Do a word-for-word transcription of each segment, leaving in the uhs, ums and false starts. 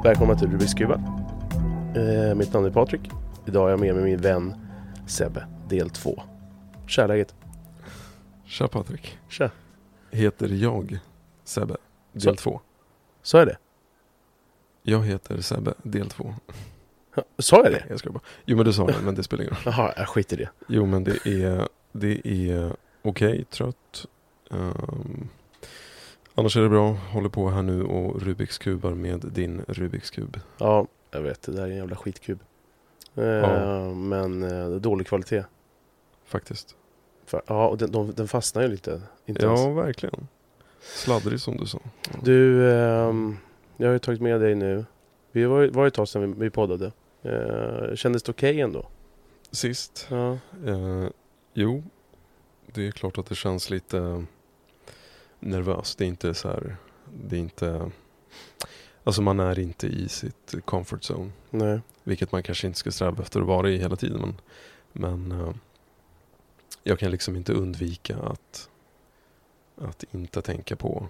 Välkomna till Rubiks kuba. Eh, mitt namn är Patrik. Idag är jag med med min vän Sebbe, del två. Tja, läget? Tja Patrik. Tja. Heter jag Sebbe, del Så. två. Så är det? Jag heter Sebbe, del två. Sa jag det? Nej, jag ska bara. Jo men du sa det, men det spelar ingen roll. Jaha, jag skiter i det. Jo men det är, det är okej, okay, trött. Um, annars är det bra. Håller på här nu och Rubiks kubar med din Rubiks kub. Ja, jag vet. Det där är en jävla skitkub. Eh, Ja. Men eh, dålig kvalitet. Faktiskt. För, ja, och den, de, den fastnar ju lite. Inte Ja, ens. verkligen. Sladdrig som du sa. Ja. Du, ehm, jag har ju tagit med dig nu. Vi var, var ett tag sedan vi, vi poddade. Eh, kändes det okej okay ändå? Sist. Ja. Eh, jo, det är klart att det känns lite nervöst. Det är inte så här, det är inte, alltså man är inte i sitt comfort zone. Nej. Vilket man kanske inte ska sträva efter att vara i hela tiden. Men, men uh, jag kan liksom inte undvika att, att inte tänka på,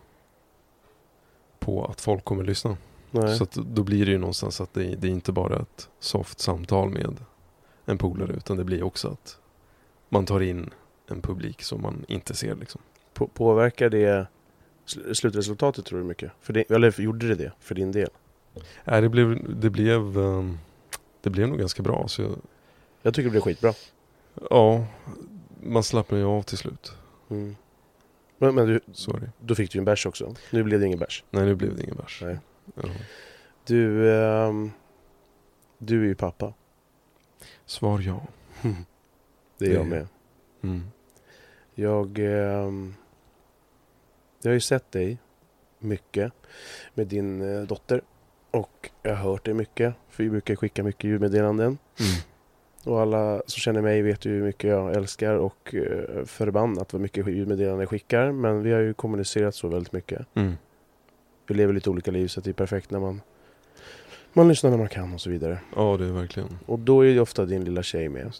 på att folk kommer lyssna. Nej. Så att då blir det ju någonstans att det, det är inte bara ett soft samtal med en polare, utan det blir också att man tar in en publik som man inte ser liksom. På, påverkar det sl- slutresultatet tror du mycket? För det, eller gjorde det det för din del? Nej, det blev, det blev, um, det blev nog ganska bra. Så jag, Jag tycker det blev skitbra. ja, man slappnar ju av till slut. Mm. Men, men du, Sorry. då fick du ju en bärs också. Nu blev det ingen bärs. Nej, nu blev det ingen bärs. Nej. Ja. Du, ehm, du är ju pappa. Svar ja. Det är Det- jag med. Mm. Jag, ehm, jag har ju sett dig mycket med din eh, dotter. Och jag har hört dig mycket. För vi brukar skicka mycket ljudmeddelanden. Mm. Och alla som känner mig vet ju hur mycket jag älskar och eh, förbannat vad mycket ljudmeddelanden jag skickar. Men vi har ju kommunicerat så väldigt mycket. Mm. Vi lever lite olika liv så att det är perfekt när man, man lyssnar när man kan och så vidare. Ja, det är verkligen. Och då är ju ofta din lilla tjej med.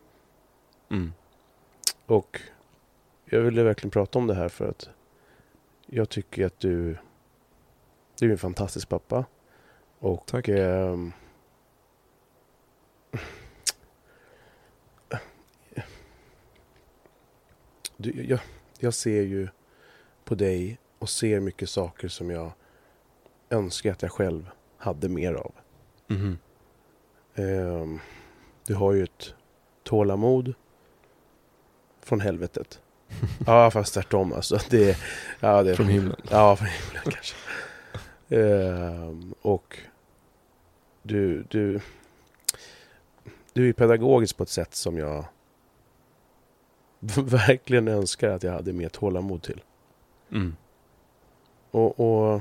Mm. Och jag ville verkligen prata om det här för att jag tycker att du, du är en fantastisk pappa. Och Tack. ehm, du, jag, jag ser ju på dig och ser mycket saker som jag önskar att jag själv hade mer av. Mhm. Ehm, du har ju ett tålamod från helvetet. Ja, fast tvärtom alltså. Det, är- ja, det, är- Från himlen. Ja, från himlen kanske. Ehm, och du, du, du är pedagogisk på ett sätt som jag verkligen önskar att jag hade mer tålamod till. Mm. Och, och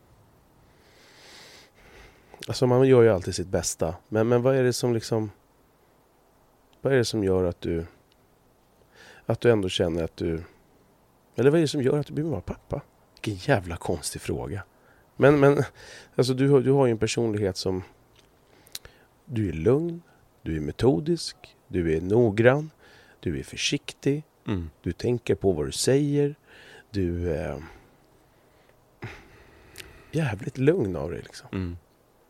alltså man gör ju alltid sitt bästa. Men, men vad är det som liksom vad är det som gör att du att du ändå känner att du eller vad är det som gör att du blir vara pappa? Vilken jävla konstig fråga. Men, men alltså du, har- du har ju en personlighet som du är lugn, du är metodisk, du är noggrann, du är försiktig, Mm. du tänker på vad du säger, du är jävligt lugn av dig liksom. Mm.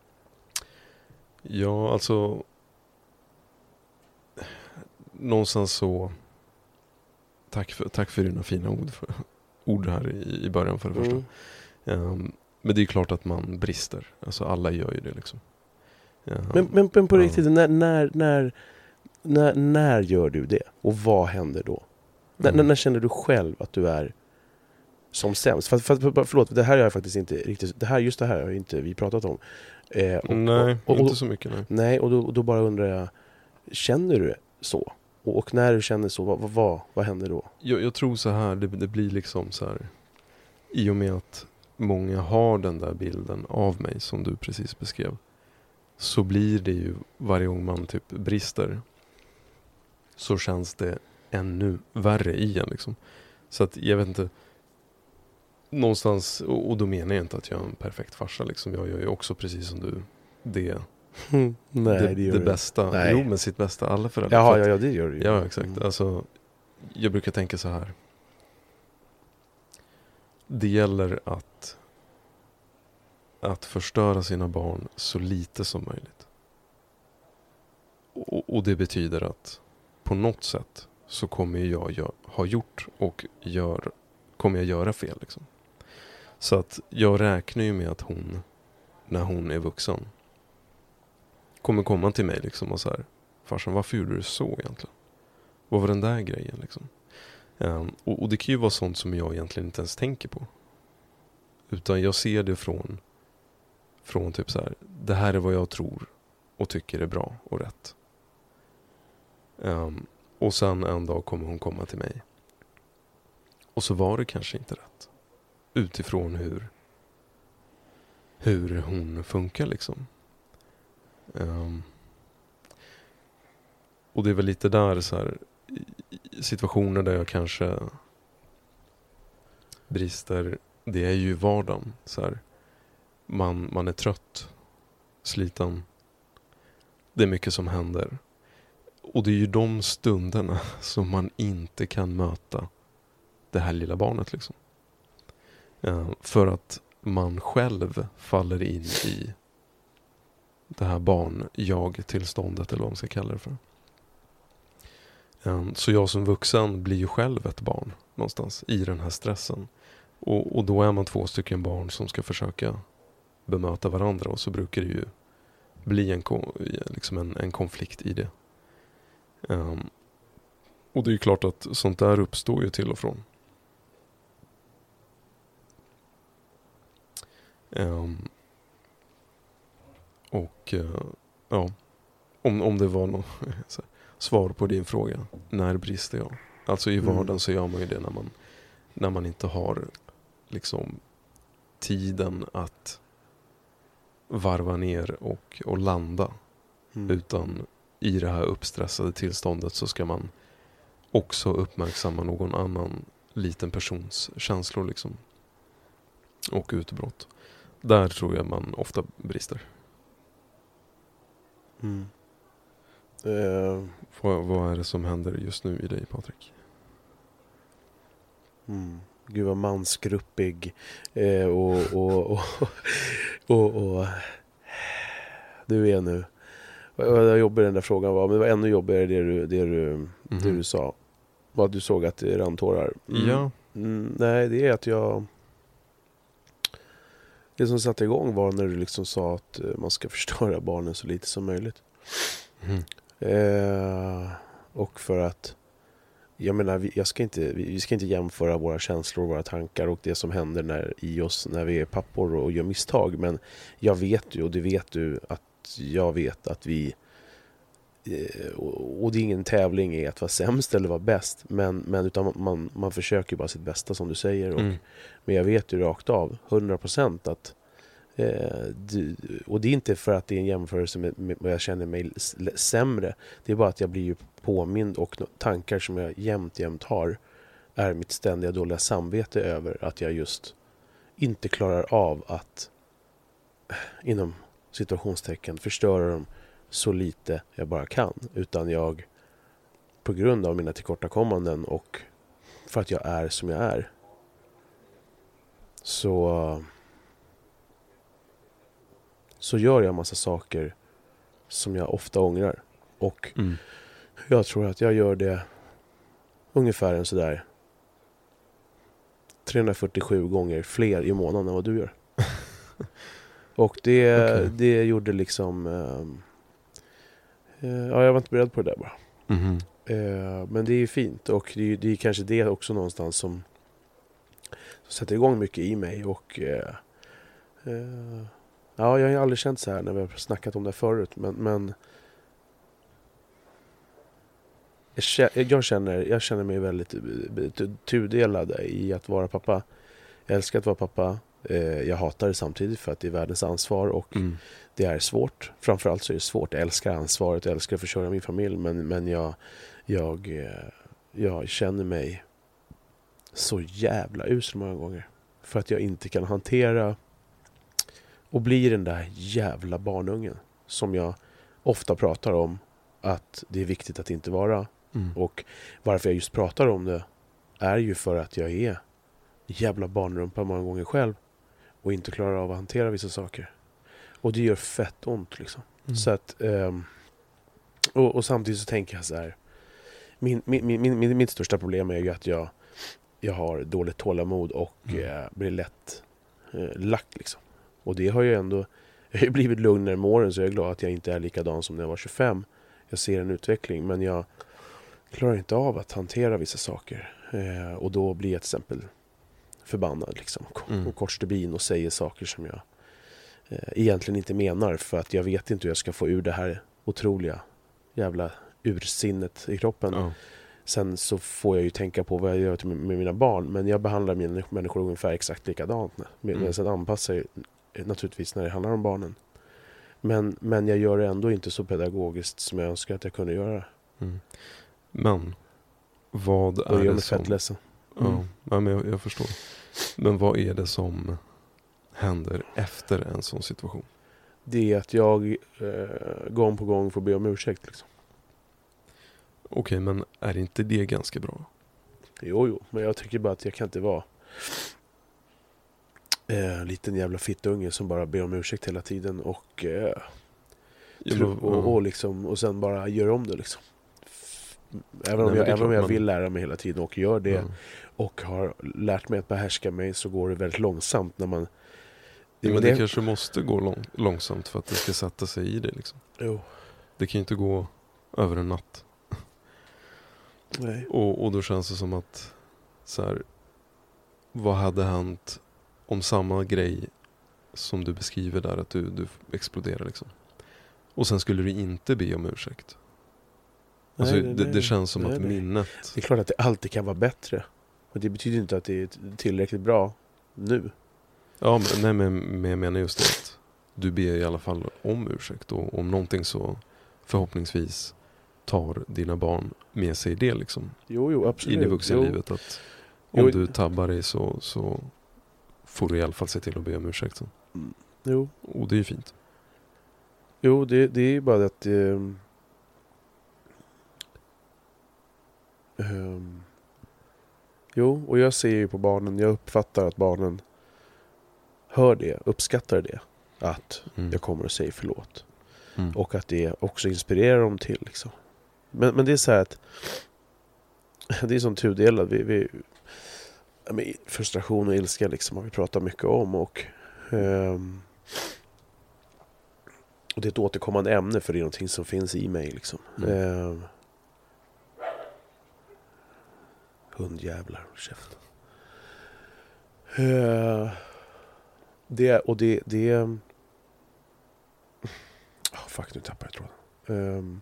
Ja, alltså någonstans så tack för, tack för dina fina ord, för, ord här i, i början för det första. Mm. Ehm, men det är klart att man brister. Alltså alla gör ju det liksom. Ehm, Men, men, men på ja. riktigt, när, när, när, när, när gör du det? Och vad händer då? När, Mm. när känner du själv att du är som sämst? För, för, för, förlåt, det här har jag faktiskt inte riktigt, det här, just det här har inte vi pratat om. Eh, och, Nej, och, och, inte så mycket. Nej. nej, och då, och då bara undrar jag, känner du så? Och, och när du känner så, vad, vad, vad, vad händer då? Jag, jag tror så här, det, det blir liksom så här, i och med att många har den där bilden av mig som du precis beskrev, så blir det ju varje gång man typ brister, så känns det ännu värre i en liksom. Så att jag vet inte, någonstans, och, och då menar jag inte att jag är en perfekt farsa liksom. Jag gör ju också precis som du det, Nej, det, det gör det du. bästa. Nej. Jo, men sitt bästa, alla föräldrar. Jaha, För att- ja, ja, det gör du ju. Ja, exakt. Mm. Alltså, jag brukar tänka så här. Det gäller att att förstöra sina barn så lite som möjligt. Och, och det betyder att på något sätt så kommer jag gör, ha gjort och gör, kommer jag göra fel. Liksom. Så att jag räknar ju med att hon, när hon är vuxen, kommer komma till mig liksom och så här: farsan, varför gjorde du så egentligen? Vad var den där grejen liksom? Um, och, och det kan ju vara sånt som jag egentligen inte ens tänker på. Utan jag ser det från från typ så här: det här är vad jag tror och tycker är bra och rätt. Um, och sen en dag kommer hon komma till mig. Och så var det kanske inte rätt. Utifrån hur hur hon funkar liksom. Um, och det är väl lite där så här, situationer där jag kanske brister, det är ju vardagen så här. Man, man är trött, sliten. Det är mycket som händer. Och det är ju de stunderna som man inte kan möta det här lilla barnet liksom. Uh, för att man själv faller in i det här barn-jag-tillståndet, eller vad man ska kalla det för. Um, så jag som vuxen blir ju själv ett barn någonstans i den här stressen. Och, och då är man två stycken barn som ska försöka bemöta varandra, och så brukar det ju bli en, liksom en, en konflikt i det. Um, och det är ju klart att sånt där uppstår ju till och från. Um, och uh, ja, om, om det var något svar på din fråga, när brister jag? Alltså i vardagen mm. så gör man ju det när man, när man inte har liksom tiden att varva ner och, och landa. Mm. Utan i det här uppstressade tillståndet så ska man också uppmärksamma någon annan liten persons känslor liksom. Och utbrott. Där tror jag man ofta brister. Mm. Uh. Vad, vad är det som händer just nu i dig, Patrik? Mm. Gud vad mansgruppig eh, och, och, och, och, och du är nu. Vad jobbig den där frågan var, men det var ännu jobbigare det du, det du, mm-hmm. det du sa. Vad du såg att det rann tårar. Mm. Ja. Mm, nej, det är att jag... Det som satte igång var när du liksom sa att man ska förstöra barnen så lite som möjligt. Mm. Eh, och för att jag menar, jag ska inte, vi ska inte jämföra våra känslor, våra tankar och det som händer när, i oss när vi är pappor och gör misstag. Men jag vet ju, och det vet du, att jag vet att vi... Och det är ingen tävling i att vara sämst eller vara bäst. Men, men utan man, man försöker bara sitt bästa, som du säger. Och, mm. Men jag vet ju rakt av, hundra procent att... Eh, du, och det är inte för att det är en jämförelse med, med vad jag känner mig sämre. Det är bara att jag blir ju påmind, och tankar som jag jämt jämt har är mitt ständiga dåliga samvete över att jag just inte klarar av att inom situationstecken förstöra dem så lite jag bara kan, utan jag på grund av mina tillkortakommanden och för att jag är som jag är, så så gör jag massa saker som jag ofta ångrar. Och mm. jag tror att jag gör det ungefär en sådär trehundrafyrtiosju gånger fler i månaden än vad du gör. Och det, okay. det gjorde liksom... Uh, uh, ja, jag var inte beredd på det där bara. Mm-hmm. Uh, men det är ju fint. Och det är, det är kanske det också någonstans som, som sätter igång mycket i mig. Och... Uh, uh, ja, jag har aldrig känt så här när vi har snackat om det förut. Men... men jag känner, jag känner mig väldigt tudelad i att vara pappa. Jag älskar att vara pappa. Jag hatar det samtidigt för att det är världens ansvar och mm. det är svårt. Framförallt så är det svårt. Jag älskar ansvaret, jag älskar att försörja min familj, men, men jag, jag, jag känner mig så jävla usel många gånger. För att jag inte kan hantera och bli den där jävla barnungen som jag ofta pratar om att det är viktigt att inte vara. Mm. Och varför jag just pratar om det är ju för att jag är jävla barnrumpa många gånger själv. och inte klarar av att hantera vissa saker. Och det gör fett ont liksom. Mm. Så att, um, och, och samtidigt så tänker jag så här, min, min, min, min, mitt största problem är ju att jag, jag har dåligt tålamod och mm. eh, blir lätt eh, lack liksom. Och det har ju ändå, jag har ju blivit lugnare med åren, så jag är glad att jag inte är likadan som när jag var tjugofem. Jag ser en utveckling, men jag klarar inte av att hantera vissa saker. Eh, och då blir jag till exempel förbannad liksom, mm. och kort stubin och säger saker som jag eh, egentligen inte menar, för att jag vet inte hur jag ska få ur det här otroliga jävla ursinnet i kroppen. Ja. Sen så får jag ju tänka på vad jag gör med, med mina barn, men jag behandlar mina människor ungefär exakt likadant. Men mm. sen anpassar jag naturligtvis när det handlar om barnen. Men, men jag gör det ändå inte så pedagogiskt som jag önskar att jag kunde göra. Mm. Men vad och är gör det som... fett ledsen. Mm. Mm. Ja, men jag, jag förstår. Men vad är det som händer efter en sån situation? Det är att jag eh, gång på gång får be om ursäkt liksom. Okej, men är inte det ganska bra? Jo, jo, men jag tycker bara att jag kan inte vara eh, liten jävla fittunge som bara ber om ursäkt hela tiden och eh, Ja, tro, men, och, och, liksom, och sen bara gör om det liksom. Även om Nej, jag, även om jag man... vill lära mig hela tiden och gör det mm. och har lärt mig att behärska mig, så går det väldigt långsamt när man... Ja, men det, det kanske måste gå lång, långsamt för att det ska sätta sig i det liksom. Jo. Det kan ju inte gå över en natt. Nej. Och, och då känns det som att så här, vad hade hänt om samma grej som du beskriver där, att du, du exploderar liksom. Och sen skulle du inte be om ursäkt. Alltså, Nej, nej, det, nej. det känns som nej, att nej. minnet... Det är klart att det alltid kan vara bättre. Men det betyder inte att det är tillräckligt bra nu. Ja, men, nej, men, men jag menar just det att du ber i alla fall om ursäkt. Och om någonting så förhoppningsvis tar dina barn med sig det liksom. Jo, jo, absolut. I det vuxenlivet. Att om jo. du tabbar dig så, så får du i alla fall se till att be om ursäkt. Så. Mm. Jo. Och det är ju fint. Jo, det, det är ju bara att... Eh, Um, jo, och jag ser ju på barnen, jag uppfattar att barnen hör det, uppskattar det, att mm. jag kommer att säga förlåt. Mm. Och att det också inspirerar dem till liksom. Men, men det är så här att det är som tudelat. Vi, vi, ja, men frustration och ilska liksom har vi pratat mycket om, och um, och det är ett återkommande ämne, för det är någonting som finns i mig liksom. Mm. Um, hundjävlar, käft. Uh, det, och det, det... Oh, fuck, nu tappar jag tråden. Um,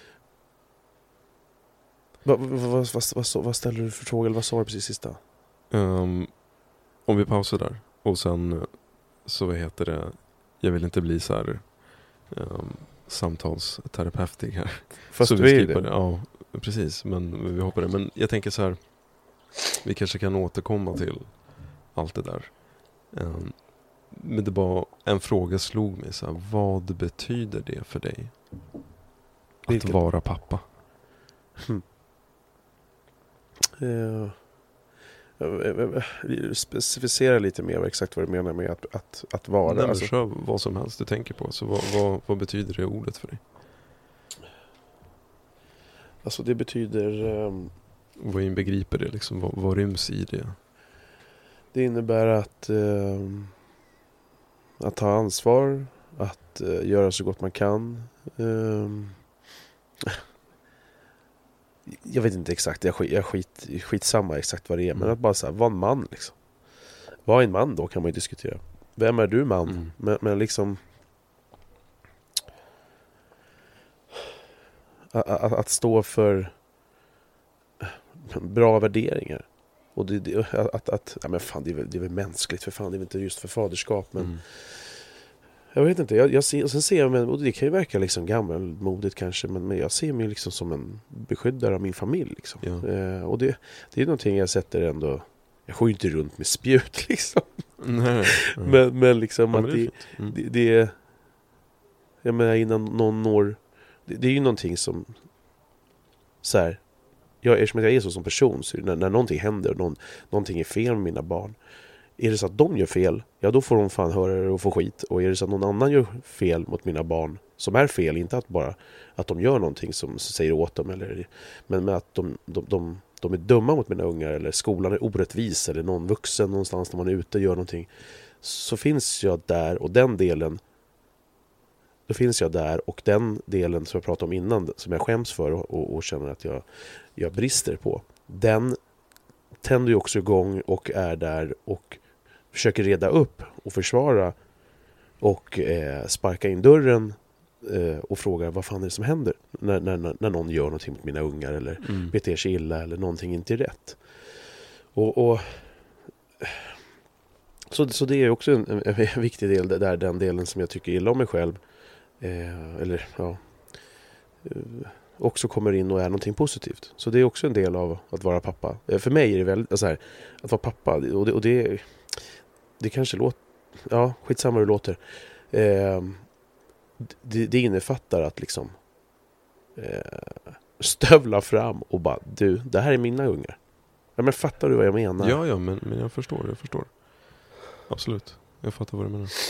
vad, vad, vad, vad, vad, vad ställer du för fråga, eller vad sa du precis sista? Um, om vi pausar där. Och sen så vad heter det... Jag vill inte bli så här um, samtalsterapeutig här. Fast så du vi är det. det. Ja, precis. Men vi hoppar det. Men jag tänker så här... Vi kanske kan återkomma till allt det där. Um, men det var en fråga slog mig så här, vad betyder det för dig att Vilket? vara pappa? Hmm. Uh, specificera lite mer exakt vad du menar med att, att, att vara. Nej, men alltså. kör vad som helst du tänker på. Så vad, vad, vad betyder det ordet för dig? Alltså det betyder... Um, vad inbegriper det? Liksom? Vad, vad ryms i det? Det innebär att, um, att ta ansvar, att uh, göra så gott man kan. Um, jag vet inte exakt, jag skit, jag skit, skitsamma exakt vad det är. Mm. Men att bara så här, vara en man liksom. Vad är en man då, kan man ju diskutera. Vem är du man? Mm. Men, men liksom... Att, att, att stå för bra värderingar. Och det, det, att, att, ja men fan, det är, väl, det är väl mänskligt för fan, det är väl inte just för faderskap, men mm. jag vet inte, jag, jag ser, och sen ser jag mig, och det kan ju verka liksom gammalmodigt kanske, men, men jag ser mig liksom som en beskyddare av min familj liksom. Ja. Eh, och det, det är någonting jag sätter ändå, jag går ju inte runt med spjut liksom. Nej, nej. men, men liksom ja, att men det, det, mm. det, det jag menar innan någon år, det, det är ju någonting som så här, jag, eftersom jag är så som person, så när, när någonting händer och någon, någonting är fel med mina barn, är det så att de gör fel, ja då får de fan höra det och få skit. Och är det så att någon annan gör fel mot mina barn, som är fel, inte att bara att de gör någonting som säger åt dem, eller, men med att de, de, de, de är dumma mot mina ungar, eller skolan är orättvis, eller någon vuxen någonstans när man är ute och gör någonting, så finns jag där, och den delen då finns jag där, och den delen som jag pratade om innan, som jag skäms för och, och, och känner att jag, jag brister på, den tänder ju också igång och är där och försöker reda upp och försvara och eh, sparka in dörren eh, och fråga vad fan är det som händer när, när, när någon gör någonting mot mina ungar, eller Mm. beter sig illa, eller någonting inte är rätt. Och, och så, så det är också en, en, en viktig del, där den delen som jag tycker illa om mig själv, eh, eller ja, eh, också kommer in och är någonting positivt. Så det är också en del av att vara pappa. Eh, för mig är det väldigt, alltså här, att vara pappa, och det, och det, det kanske låter, ja, skitsamma hur det låter. Eh, det, det innefattar att liksom eh, stövla fram och bara, du, det här är mina ungar. Ja, men fattar du vad jag menar? Ja, ja, men, men jag förstår, jag förstår. Absolut, jag fattar vad du menar.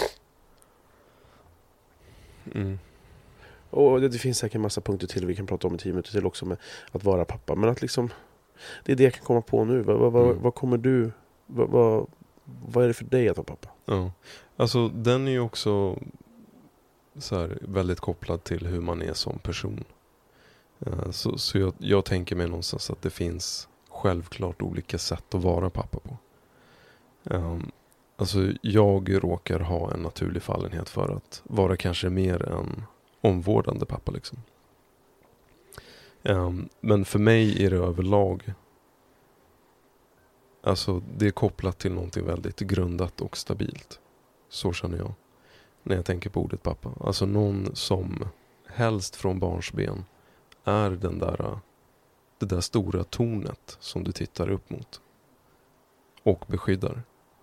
Mm. Och det, det finns säkert en massa punkter till vi kan prata om i tio minuter till också, med att vara pappa. Men att liksom, det är det jag kan komma på nu. Vad, vad, vad, Mm. vad kommer du, vad, vad, vad är det för dig att vara pappa? Ja, alltså den är ju också så här, väldigt kopplad till hur man är som person. Uh, så så jag, jag tänker mig någonstans att det finns självklart olika sätt att vara pappa på. Um, alltså jag råkar ha en naturlig fallenhet för att vara kanske mer en omvårdande pappa liksom. Um, men för mig är det överlag, alltså det är kopplat till någonting väldigt grundat och stabilt. Så känner jag när jag tänker på ordet pappa. Alltså någon som helst från barnsben är den där, det där stora tornet som du tittar upp mot och beskyddar.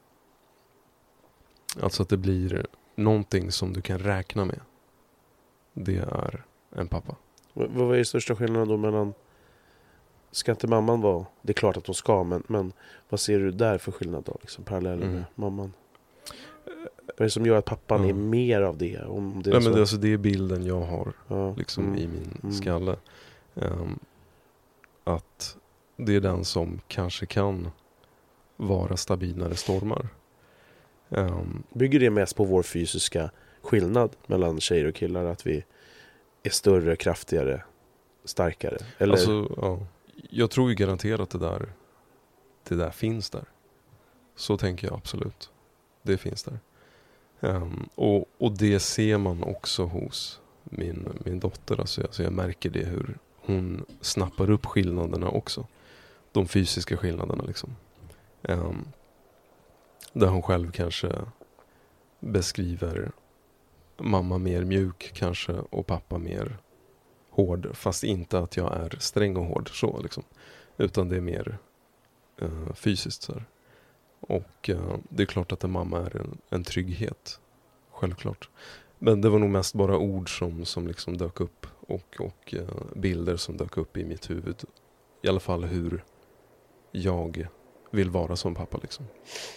Alltså att det blir någonting som du kan räkna med. Det är en pappa. Vad, vad är den största skillnaden då mellan, ska inte mamman vara, det är klart att hon ska, men, men vad ser du där för skillnad då, liksom parallellen Mm. med mamman? Vad är det som gör att pappan Mm. är mer av det? Om det är Nej, så? men det, alltså, det är bilden jag har Ja. liksom Mm. i min Mm. skalle. Um, att det är den som kanske kan vara stabil när det stormar. Um, Bygger det mest på vår fysiska skillnad mellan tjejer och killar, att vi är större, kraftigare, starkare? Eller? alltså, ja, jag tror ju garanterat att det där, det där finns där. Så tänker jag absolut. Det finns där. Um, och, och det ser man också hos min, min dotter. Alltså, alltså jag märker det hur hon snappar upp skillnaderna också. De fysiska skillnaderna liksom. Um, där hon själv kanske beskriver mamma mer mjuk kanske och pappa mer hård. Fast inte att jag är sträng och hård så liksom. Utan det är mer uh, fysiskt så här. Och uh, det är klart att en mamma är en, en trygghet. Självklart. Men det var nog mest bara ord som, som liksom dök upp. Och, och uh, bilder som dök upp i mitt huvud. I alla fall hur jag vill vara som pappa liksom.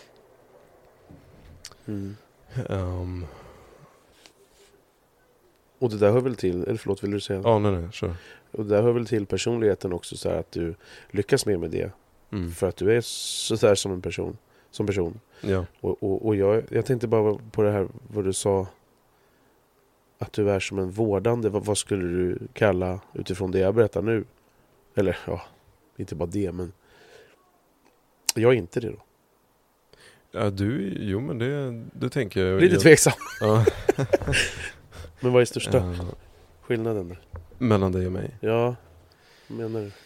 Mm. Um, Och det där hör väl till, eller förlåt, vill du säga? ja, nej, nej, kör. Och det där hör väl till personligheten också, så här, att du lyckas mer med det. Mm. För att du är så där som en person. Som person. Ja. Och, och, och jag, jag tänkte bara på det här, vad du sa. Att du är som en vårdande. Vad, vad skulle du kalla utifrån det jag berättar nu? Eller ja, inte bara det, men jag är inte det då. Ja, du, jo men det, det tänker jag. Lite jag, tveksam. Ja. Men vad är största Uh, skillnaden där? mellan dig och mig. Ja, vad menar du?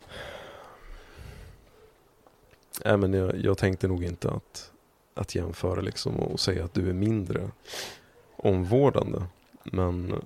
Nej, men jag, jag tänkte nog inte att, att jämföra liksom och säga att du är mindre omvårdande. Men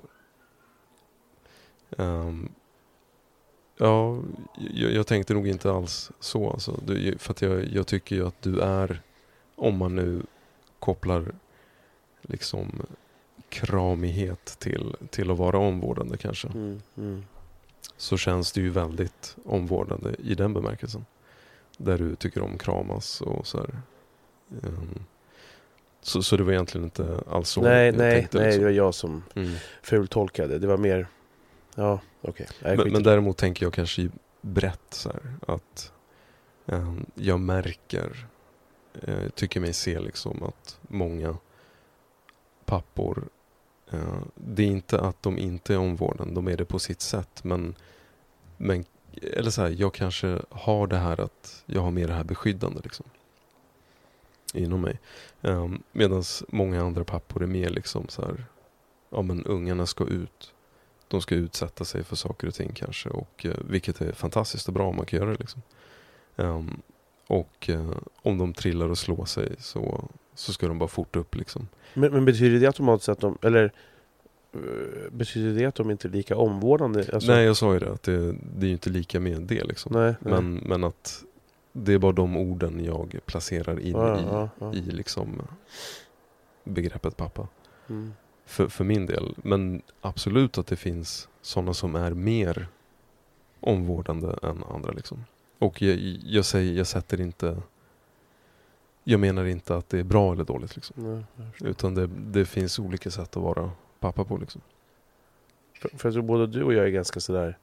um, ja, jag, jag tänkte nog inte alls så. Alltså. Du, för att jag, jag tycker ju att du är, om man nu kopplar liksom kramighet till, till att vara omvårdande kanske. Mm, mm. Så känns det ju väldigt omvårdande i den bemärkelsen. Där du tycker om kramas och så här. Um, så, så det var egentligen inte alls så Nej, jag nej, tänkte. nej, Liksom. det var jag som Mm. fultolkade. Det var mer, ja, okej. Okay. Men, men däremot tänker jag kanske i brett så här, att um, jag märker, uh, tycker mig se liksom att många pappor, uh, det är inte att de inte är omvårdande, de är det på sitt sätt, men, men eller så här, jag kanske har det här att jag har mer det här beskyddande liksom inom mig. Um, Medan många andra pappor är mer liksom så här, ja men ungarna ska ut. De ska utsätta sig för saker och ting kanske, och uh, vilket är fantastiskt och bra om man kan göra det liksom. Um, och uh, om de trillar och slår sig så, så ska de bara fort upp liksom. Men, men betyder det automatiskt att de, eller uh, betyder det att de inte är lika omvårdande? Alltså, Nej, jag sa ju det, att det, det är ju inte lika med det liksom. nej, nej. Men, men att det är bara de orden jag placerar in Ja, i, ja, ja. i liksom begreppet pappa. Mm. För, för min del. Men absolut att det finns sådana som är mer omvårdande än andra liksom. Och jag, jag säger, jag sätter inte, jag menar inte att det är bra eller dåligt liksom. Nej, jag förstår. Utan det, det finns olika sätt att vara pappa på liksom. För, för jag tror både du och jag är ganska sådär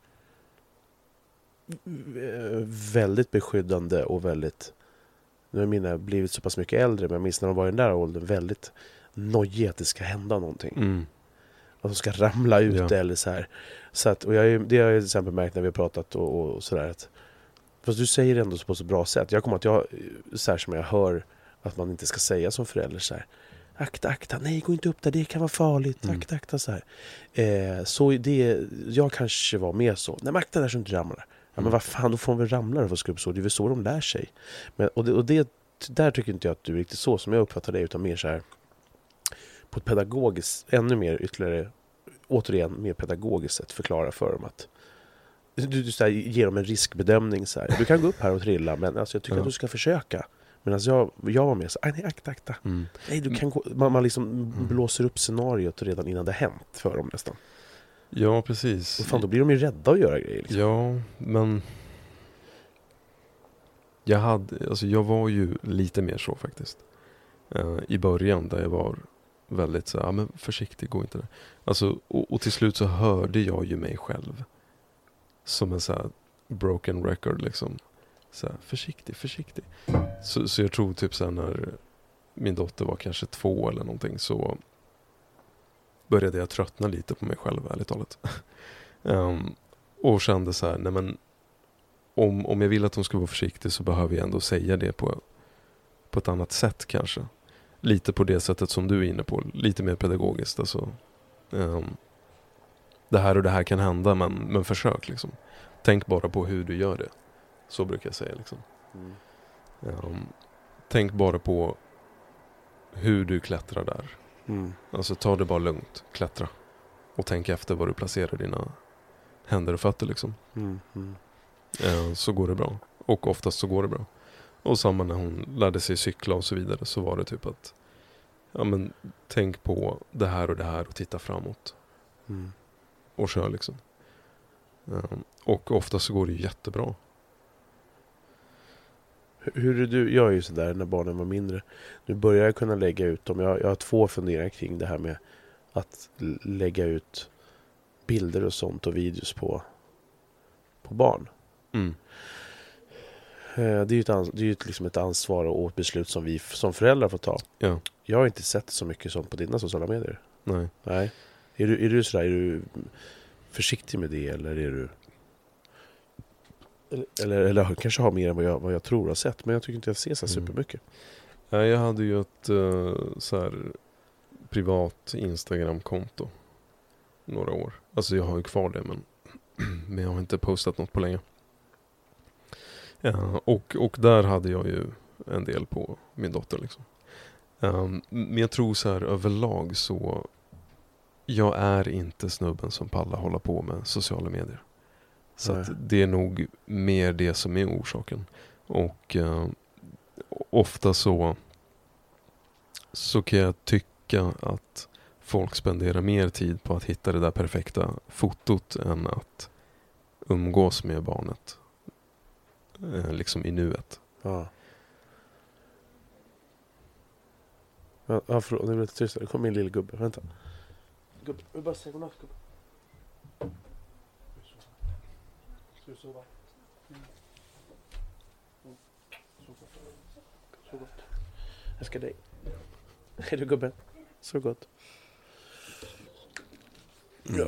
v- väldigt beskyddande och väldigt, nu har mina blivit så pass mycket äldre, men jag minns när de var i den där åldern väldigt nojiga att det ska hända någonting. Mm. Att de ska ramla ut Ja. eller så här. Så att, och jag, är- det har jag till exempel märkt när vi har pratat och, och sådär att, fast du säger det ändå på så bra sätt. Jag kommer att jag, så här som jag hör att man inte ska säga som förälder så här: akta, akta, nej gå inte upp där, det kan vara farligt, Mm. akta, akta så här. Eh, så det, jag kanske var med så, nej men akta där så inte ramlar. Ja men vad fan, då får de väl ramla och få skrubb så, det är väl så de lär sig. Men, och det, och det, där tycker inte jag att du är riktigt så som jag uppfattar det, utan mer så här på ett pedagogiskt, ännu mer ytterligare, återigen mer pedagogiskt sätt förklara för dem att du, du så här, ger dem en riskbedömning så här. Du kan gå upp här och trilla, men alltså, jag tycker Ja. att du ska försöka. Men alltså, jag, jag var med så, nej akta, akta. Mm. Nej, du kan gå, man, man liksom Mm. blåser upp scenariot redan innan det hänt för dem nästan. Ja, precis. Och fan, då blir de ju rädda att göra grejer. Liksom. Ja, men jag hade, alltså jag var ju lite mer så faktiskt. Uh, I början där jag var väldigt så, ja men försiktig, gå inte där. Alltså, och, och till slut så hörde jag ju mig själv som en så här broken record liksom. Så här, försiktig, försiktig. Så, så jag tror typ så här när min dotter var kanske två eller någonting, så började jag tröttna lite på mig själv, ärligt talat. um, och kände så här, nej men om, om jag vill att hon ska vara försiktig så behöver jag ändå säga det på, på ett annat sätt kanske. Lite på det sättet som du är inne på, lite mer pedagogiskt. Alltså, um, det här och det här kan hända, men, men försök liksom. Tänk bara på hur du gör det. Så brukar jag säga liksom. Mm. Um, tänk bara på hur du klättrar där. Mm. Alltså ta det bara lugnt, klättra. Och tänk efter var du placerar dina händer och fötter liksom. Mm. Mm. Uh, så går det bra. Och oftast så går det bra. Och samma när hon lärde sig cykla och så vidare, så var det typ att ja men tänk på det här och det här och titta framåt. Mm. Och kör liksom. Um, och ofta så går det ju jättebra. Hur är du, jag är ju sådär när barnen var mindre. Nu börjar jag kunna lägga ut dem. Jag, jag har två funderingar kring det här med att l- lägga ut bilder och sånt och videos på, på barn. Mm. Eh, Det är ju ett, ans- det är ju ett, liksom ett ansvar och ett beslut som vi f- som föräldrar får ta. Ja, Jag har inte sett så mycket sånt på dina sociala medier. nej. Nej. Är du, är du sådär, är du försiktig med det, eller är du eller, eller, eller kanske har mer än vad jag, vad jag tror har sett, men jag tycker inte jag ser så Mm. supermycket. Nej, jag hade ju ett uh, så här privat Instagram-konto några år. Alltså jag har ju kvar det, men, men jag har inte postat något på länge. Uh, och, och där hade jag ju en del på min dotter liksom. Um, men jag tror så här överlag så jag är inte snubben som pallar hålla på med sociala medier. Så Nej. att det är nog mer det som är orsaken. Och uh, ofta så så kan jag tycka att folk spenderar mer tid på att hitta det där perfekta fotot än att umgås med barnet eh, liksom i nuet. Ja. Ja, ja förlåt, nu blir det lite tyst. Det kommer min lilla gubbe. Vänta. Gubbe, jag vill bara säga godnatt, gubbe. Ska du sova? Mm. Mm. Så gott. Så gott. Jag ska dig. Är du gubben? Så gott. Ja.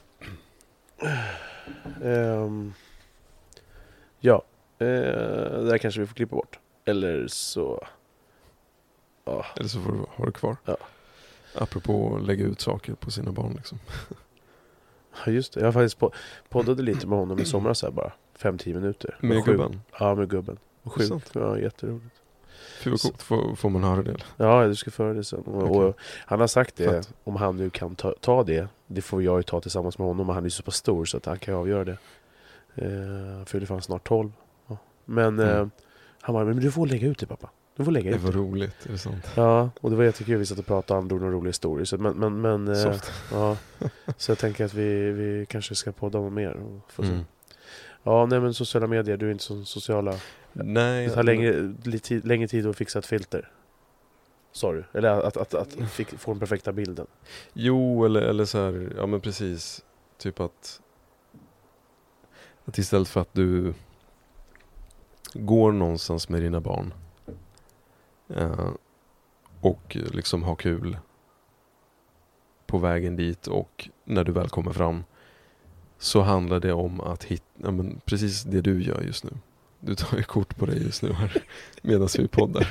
Um, ja. Uh, det där kanske vi får klippa bort. Eller så... Ja. Eller så får du ha det kvar. Ja. Apropå att lägga ut saker på sina barn liksom. Ja, just det. Jag har faktiskt po- poddade lite med honom i somras här bara. Fem, tio minuter. Med Sju. gubben? Ja, med gubben. Och Det är sjukt. sant. Ja, jätteroligt. Fy vad coolt. Får, får man höra det? Eller? Ja, du ska föra det sen. Och, Okej. och han har sagt det, Fett. om han nu kan ta, ta det. Det får jag ju ta tillsammans med honom. Och han är så pass stor så att han kan avgöra det. Eh, han fyller fan snart tolv. Ja. Men Mm. eh, han bara, men du får lägga ut det pappa. Du får lägga Det ut var det. roligt, är det sant? Ja, och det var jättekul. Vi satt och pratade och han drog några roliga historier. Så, men, men, men, eh, Soft. ja, så jag tänker att vi, vi kanske ska podda om mer. Och få se. Mm. Ja, nej men sociala medier, du är inte så sociala. Nej. Det tar längre, lite, längre tid att fixa ett filter. Sa du? Eller att, att, att fick, få den perfekta bilden. Jo, eller, eller så här, ja men precis. Typ att, att istället för att du går någonstans med dina barn eh, och liksom har kul på vägen dit, och när du väl kommer fram så handlar det om att hitta, ja men precis det du gör just nu. Du tar ju kort på dig just nu här medan vi poddar.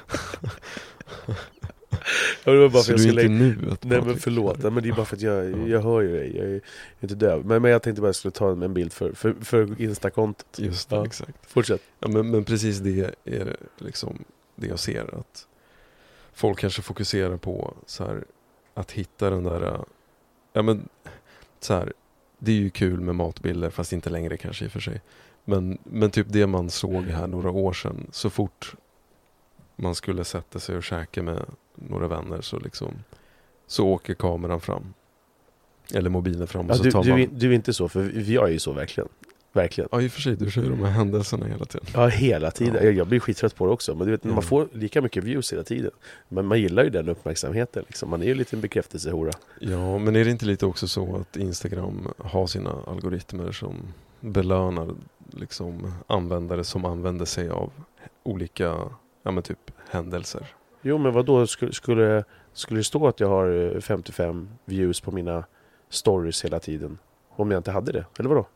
Ja, det var bara Så för du jag är skulle inte lägga... nu att Nej men Patrik- förlåt, nej, men det är bara för att jag, jag hör ju dig. Jag är inte döv. Men, men jag tänkte bara jag skulle ta en bild för, för, för Insta-kontot. Just det, Ja. exakt. Fortsätt. Ja, men, men precis det är liksom det jag ser, att folk kanske fokuserar på så här, att hitta den där, äh, ja men så här, det är ju kul med matbilder, fast inte längre kanske i och för sig, men, men typ det man såg här några år sedan, så fort man skulle sätta sig och käka med några vänner så liksom så åker kameran fram eller mobilen fram och Ja, så du, tar du, man... är- du är inte så, för vi jag är ju så verkligen. Verkligen. Ja, i och för sig, du kör ju de här händelserna hela tiden. Ja, hela tiden. Ja. Jag, jag blir skittrött på det också. Men du vet, när man Mm. får lika mycket views hela tiden. Men man gillar ju den uppmärksamheten. Liksom. Man är ju lite en bekräftelsehora. Ja, men är det inte lite också så att Instagram har sina algoritmer som belönar liksom användare som använder sig av olika, ja men typ händelser? Jo, men vad då skulle, skulle, skulle det stå att jag har eh, femtiofem views på mina stories hela tiden? Om jag inte hade det? Eller vadå?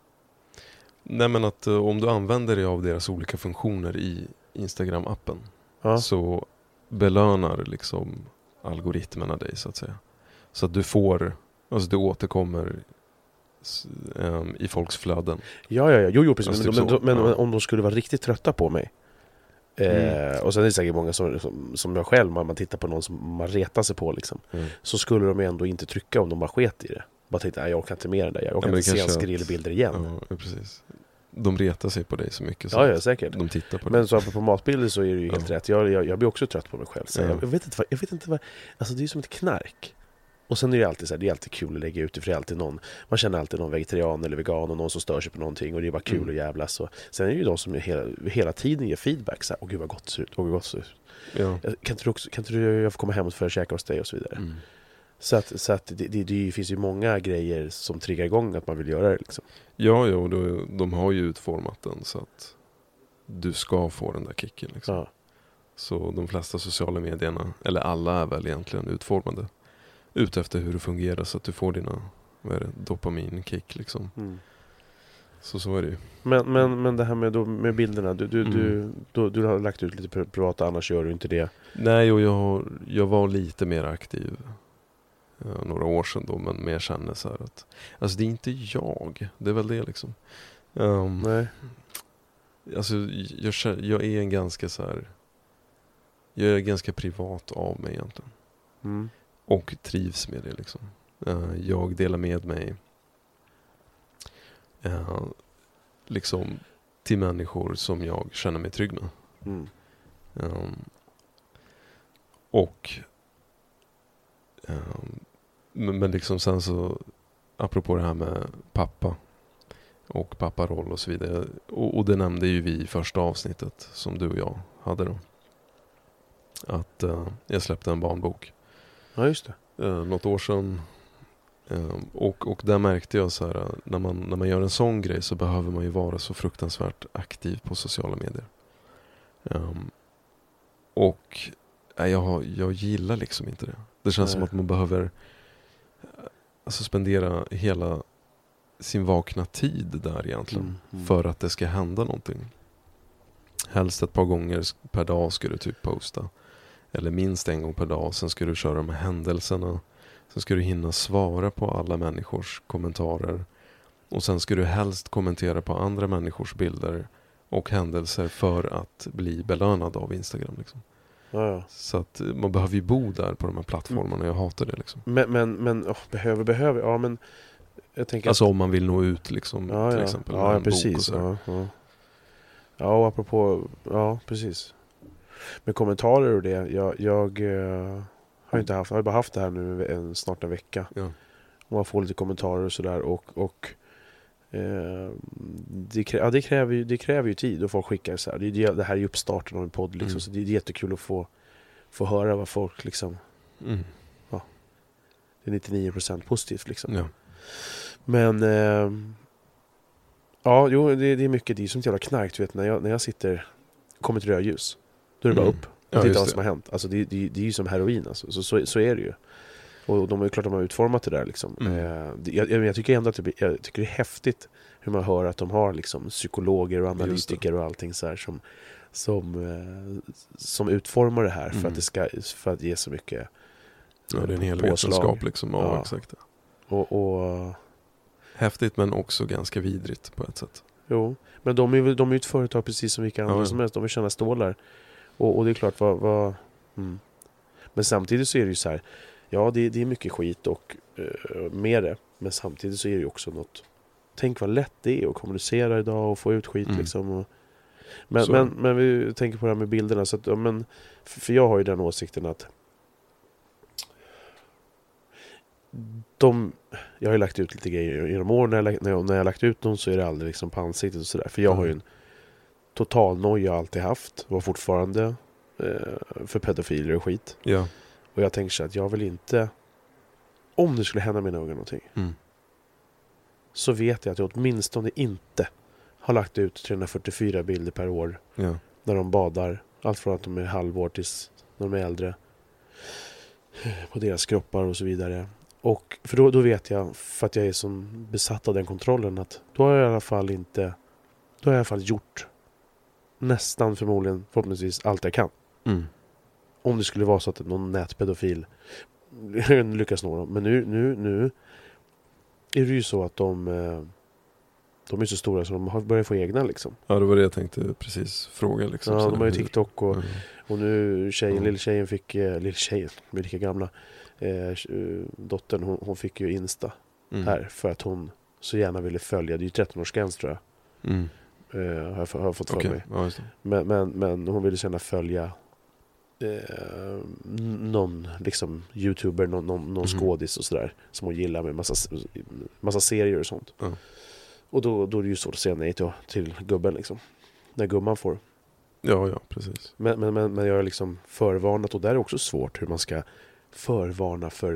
Nej, men att eh, om du använder dig av deras olika funktioner i Instagram-appen Ja. så belönar liksom algoritmerna dig så att säga. Så att du får, alltså du återkommer s- ehm, i folks flöden. Ja, ja, ja. Jo, jo, precis. Alltså, Men, typ men, så. men, Ja. om de skulle vara riktigt trötta på mig. Eh, och sen är det säkert många som, som, som jag själv, man, man tittar på någon som man retar sig på liksom. Mm. Så skulle de ju ändå inte trycka om de bara sket i det. Bara tänkte, nej, jag orkar inte mer än det. Jag orkar Ja, men inte se kanske hans att- grillbilder igen. Ja, ja, precis. De retar sig på dig så mycket så Ja, ja, att säkert. de tittar på Men dig. så apropå matbilder så är det ju helt Ja. rätt. Jag, jag, jag blir också trött på mig själv. Så Ja. jag, jag vet inte vad, jag vet inte vad, alltså det är ju som ett knark. Och sen är det alltid så här, det är alltid kul att lägga ut det, för det är alltid någon, man känner alltid någon vegetarian eller vegan och någon som stör sig på någonting, och det är bara kul Mm. att jävlas. Och sen är det ju de som är hela, hela tiden ger feedback så här, åh gud vad gott det ser ut, åh gud vad gott det ser ut. Ja. Kan inte du, också, kan inte du jag får komma hem och käka hos dig och så vidare. Mm. Så att, så att det, det, det finns ju många grejer som triggar igång att man vill göra det liksom. Ja, ja, och då, de har ju utformat den så att du ska få den där kicken liksom. Ja. Så de flesta sociala medierna, eller alla, är väl egentligen utformade ut efter hur det fungerar, så att du får dina, vad är det, dopaminkick liksom. Mm. Så så är det ju. Men, men, men det här med, då, med bilderna, du, du, Mm. du, du, du har lagt ut lite pri- privata, annars gör du inte det. Nej, och jag, har, jag var lite mer aktiv eh, några år sedan då, men mer känner så här att, alltså det är inte jag, det är väl det liksom. Um, Nej. Alltså jag, kä- jag är en ganska så här, jag är ganska privat av mig egentligen. Mm. Och trivs med det liksom. Eh, jag delar med mig eh, liksom till människor som jag känner mig trygg med. Mm. Um, och um, men, men liksom sen så, apropå det här med pappa och papparoll och så vidare, och, och det nämnde ju vi i första avsnittet som du och jag hade då, att uh, jag släppte en barnbok. Ja, just det. Uh, något år sedan. Uh, och, och där märkte jag så här, uh, när, man, när man gör en sån grej så behöver man ju vara så fruktansvärt aktiv på sociala medier. Um, och uh, jag, har, jag gillar liksom inte det. Det känns Nej. som att man behöver uh, alltså spendera hela sin vakna tid där egentligen. Mm, mm. För att det ska hända någonting. Helst ett par gånger per dag ska du typ posta. Eller minst en gång per dag. Sen ska du köra de här händelserna. Sen ska du hinna svara på alla människors kommentarer. Och sen ska du helst kommentera på andra människors bilder och händelser för att bli belönad av Instagram. Liksom. Ja, ja. Så att man behöver ju bo där på de här plattformarna. Jag hatar det liksom. Men, men, men oh, behöver, behöver. Ja, men jag tänker Alltså att, om man vill nå ut liksom, ja, till ja. exempel. Ja, med ja, en bok och precis. så här. Ja, ja. Ja, och apropå, ja, precis. Med kommentarer och det, jag, jag eh, har inte haft, jag har bara haft det här nu en, snart en vecka. Ja. Och man får lite kommentarer och sådär och, och eh, det, krä, ja, det, kräver ju, det kräver ju tid och folk skickar så här. Det, det, det här är ju uppstarten av en podd liksom, Mm. så det, det är jättekul att få, få höra vad folk liksom, Mm. det är nittionio procent positivt liksom. Ja. Men eh, ja, jo, det, det är mycket, det är som ett jävla knark, du vet, när jag, när jag sitter, kommer till rödljus, då är det bara Mm. upp och Ja, titta just vad det. som har hänt. Alltså det, det, det är ju som heroin alltså. så, så, så är det ju. Och de är ju klart att de har utformat det där liksom. Mm. Eh, det, jag, jag tycker ändå att det, blir- jag tycker det är häftigt hur man hör att de har liksom psykologer och analytiker och allting så här som, som, eh, som utformar det här för Mm. att det ska, för att ge så mycket Ja, det är en hel påslag. vetenskap liksom. Ja, Ja. exakt. och, och Häftigt men också ganska vidrigt på ett sätt. jo, men de är ju de är ju ett företag precis som vilka andra Ja, ja. som helst. De vill tjäna stålar. Och, och det är klart vad... vad mm. Men samtidigt så är det ju så här. Ja, det, det är mycket skit och uh, med det. Men samtidigt så är det ju också något... Tänk vad lätt det är att kommunicera idag och få ut skit Mm. liksom. Och, men, Så. men, men vi tänker på det här med bilderna. Så att, ja, men, för jag har ju den åsikten att... De, jag har ju lagt ut lite grejer genom år. När jag, lagt- när, jag, när jag har lagt ut dem så är det aldrig liksom på ansiktet och sådär. För jag har ju en total noja jag alltid haft. Var fortfarande eh, för pedofiler och skit. Ja. Och jag tänker så att jag vill inte... Om det skulle hända mina ungar någonting. Mm. Så vet jag att jag åtminstone inte har lagt ut trehundrafyrtiofyra bilder per år. Ja. När de badar. Allt från att de är halvår tills när de är äldre. På deras kroppar och så vidare. Och för då, då vet jag, för att jag är som besatt av den kontrollen, att då har jag i alla fall inte... Då har jag i alla fall gjort nästan förmodligen, förhoppningsvis, allt jag kan. Mm. Om det skulle vara så att någon nätpedofil lyckas nå dem. Men nu, nu, nu är det ju så att de... eh, De är så stora så de har börjat få egna liksom. Ja, det var det jag tänkte precis fråga liksom. Ja, Så de har ju hur- TikTok och, Mm. och nu tjejen, Mm. lilltjejen fick... Eh, lilltjejen, de är lika gamla. Eh, eh, dottern, hon, hon fick ju Insta Mm. här för att hon så gärna ville följa. Det är ju tretton-årsgräns tror jag. Mm. Eh, har, jag har jag fått för Okej, mig. ja, just det. Men, men, men hon ville gärna följa eh, någon liksom youtuber, någon, någon, någon Mhm. skådis och sådär som hon gillar med massa, massa serier och sånt. Ja. Och då, då är det ju svårt att säga nej till, till gubben liksom. När gumman får. Ja, ja, precis. Men, men, men, men jag har liksom förvarnat, och där är också svårt hur man ska förvarna för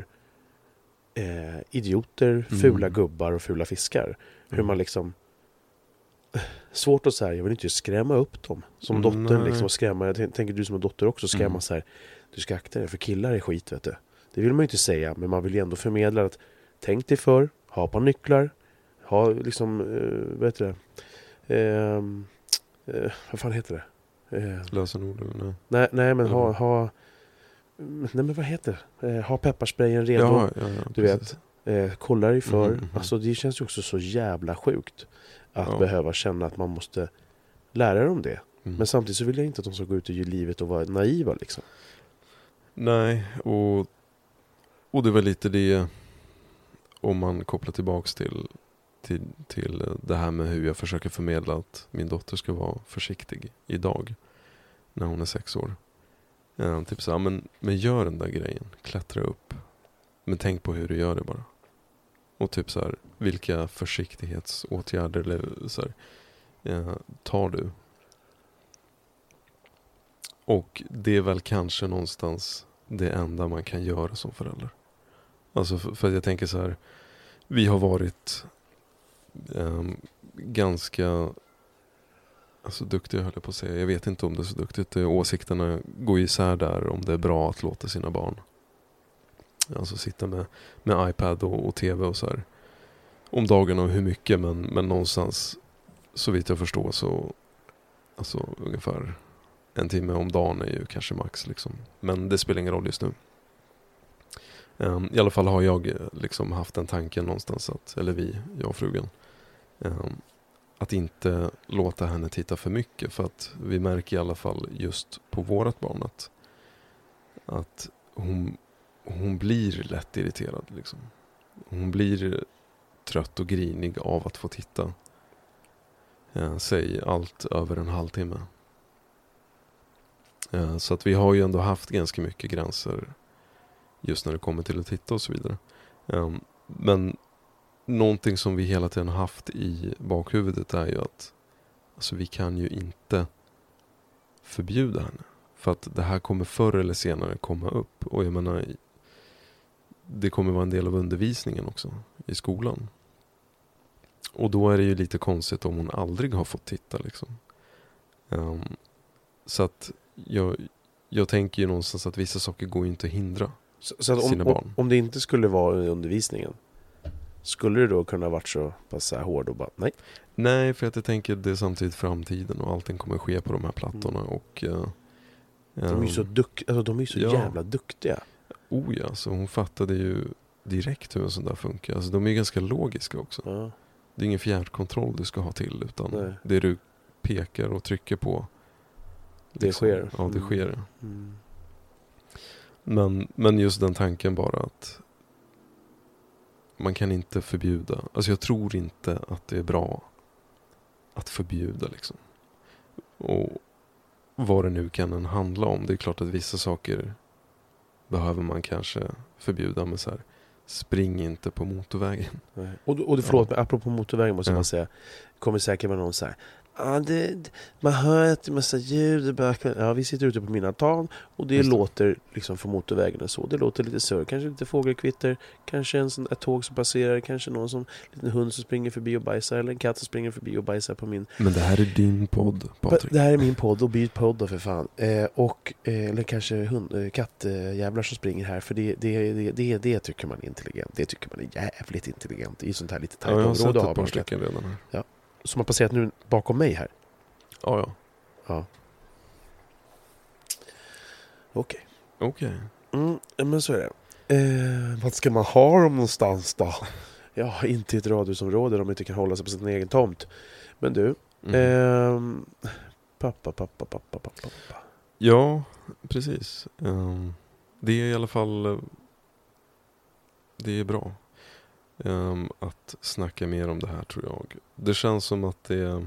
eh, idioter, fula Mm. gubbar och fula fiskar. Hur Mm. man liksom... Svårt att säga, jag vill inte skrämma upp dem. Som Mm, dottern nej. liksom, och skrämma. Jag tän- tänker du som en dotter också skrämma Mm. så här. Du ska akta dig för killar är skit, vet du. Det vill man ju inte säga, men man vill ju ändå förmedla att tänk dig för, ha ett par nycklar, ha liksom, eh, vad heter det? Eh, eh, vad fan heter det? Eh, Lösenord eller nej? nej, nej, men ha, Mm. ha, nej men vad heter det? Eh, ha pepparsprayen redo. Ja, ja, ja, Du precis. Eh, kolla dig för. Mhm, mhm. Alltså det känns ju också så jävla sjukt att Ja. behöva känna att man måste lära dem det. Mm. Men samtidigt så vill jag inte att de ska gå ut i livet och vara naiva liksom. Nej, och, och det var lite det, om man kopplar tillbaks till, till, till det här med hur jag försöker förmedla att min dotter ska vara försiktig idag när hon är sex år. Ja, typ så här, men, men gör den där grejen, klättra upp, men tänk på hur du gör det bara. Och typ så här, vilka försiktighetsåtgärder eller så här, ja, tar du? Och det är väl kanske någonstans det enda man kan göra som förälder. Alltså för, för att jag tänker så här, vi har varit um, ganska alltså duktiga höll jag på att säga. Jag vet inte om det är så duktigt. Åsikterna går isär där om det är bra att låta sina barn alltså sitta med, med iPad och, och tv och så här om dagarna och hur mycket, men, men någonstans så vitt jag förstår så alltså ungefär en timme om dagen är ju kanske max liksom. Men det spelar ingen roll just nu. Um, I alla fall har jag liksom haft en tanke någonstans att, eller vi, jag och frugan, um, att inte låta henne titta för mycket, för att vi märker i alla fall just på vårat barn att, att hon, hon blir lätt irriterad liksom. Hon blir trött och grinig av att få titta. Eh, säg allt över en halvtimme. Eh, så att vi har ju ändå haft ganska mycket gränser just när det kommer till att titta och så vidare. Eh, men någonting som vi hela tiden har haft i bakhuvudet är ju att alltså vi kan ju inte förbjuda henne. För att det här kommer förr eller senare komma upp. Och jag menar, det kommer vara en del av undervisningen också i skolan. Och då är det ju lite konstigt om hon aldrig har fått titta liksom. Um, så att jag, jag tänker ju någonstans att vissa saker går ju inte att hindra så, så att sina om, barn. Om det inte skulle vara i undervisningen, skulle det då kunna varit så pass så här hård och bara nej? Nej, för att jag tänker det är samtidigt framtiden och allting kommer ske på de här plattorna. Mm. Och, uh, de är ju så, duck, alltså, de är så ja. jävla duktiga. Oh ja, så hon fattade ju direkt hur en sån där funkar. Alltså de är ju ganska logiska också. Ja. Det är ingen fjärrkontroll du ska ha till, utan nej. Det du pekar och trycker på. Det liksom, sker. Ja, det sker. Mm. Mm. Men, men just den tanken bara att man kan inte förbjuda. Alltså jag tror inte att det är bra att förbjuda liksom. Och vad det nu kan en handla om. Det är klart att vissa saker behöver man kanske förbjuda, med så här, spring inte på motorvägen. Nej. Och, och förlåt, ja. apropå motorvägen måste ja. man säga, kommer säkert vara någon så här, ah, det, man hör att det är massa ljud, ja, vi sitter ute på min altan och det, det låter liksom för motorvägen och så, det låter lite surr, kanske lite fågelkvitter, kanske en sån, ett tåg som passerar, kanske någon som, en liten hund som springer förbi och bajsar, eller en katt som springer förbi och bajsar på min. Men det här är din podd, Patrik. Det här är min podd, och byt podd då för fan. Eh, och, eh, eller kanske hund, eh, kattjävlar som springer här, för det, det, det, det, det tycker man är intelligent, det tycker man är jävligt intelligent i sånt här lite tajt ja, område. Jag har sett ett par stycken redan här. Ja. Som har passerat nu bakom mig här. Ja, ja. Ja. Okej. Okay. Okej. Okay. Mm, men så är det. Eh, vad ska man ha dem någonstans då? Ja, inte i ett radhusområde om man inte kan hålla sig på sin egen tomt. Men du, mm. eh, pappa, pappa, pappa, pappa, pappa. Ja, precis. Um, det är i alla fall, det är bra um, att snacka mer om det här, tror jag. Det känns som att det,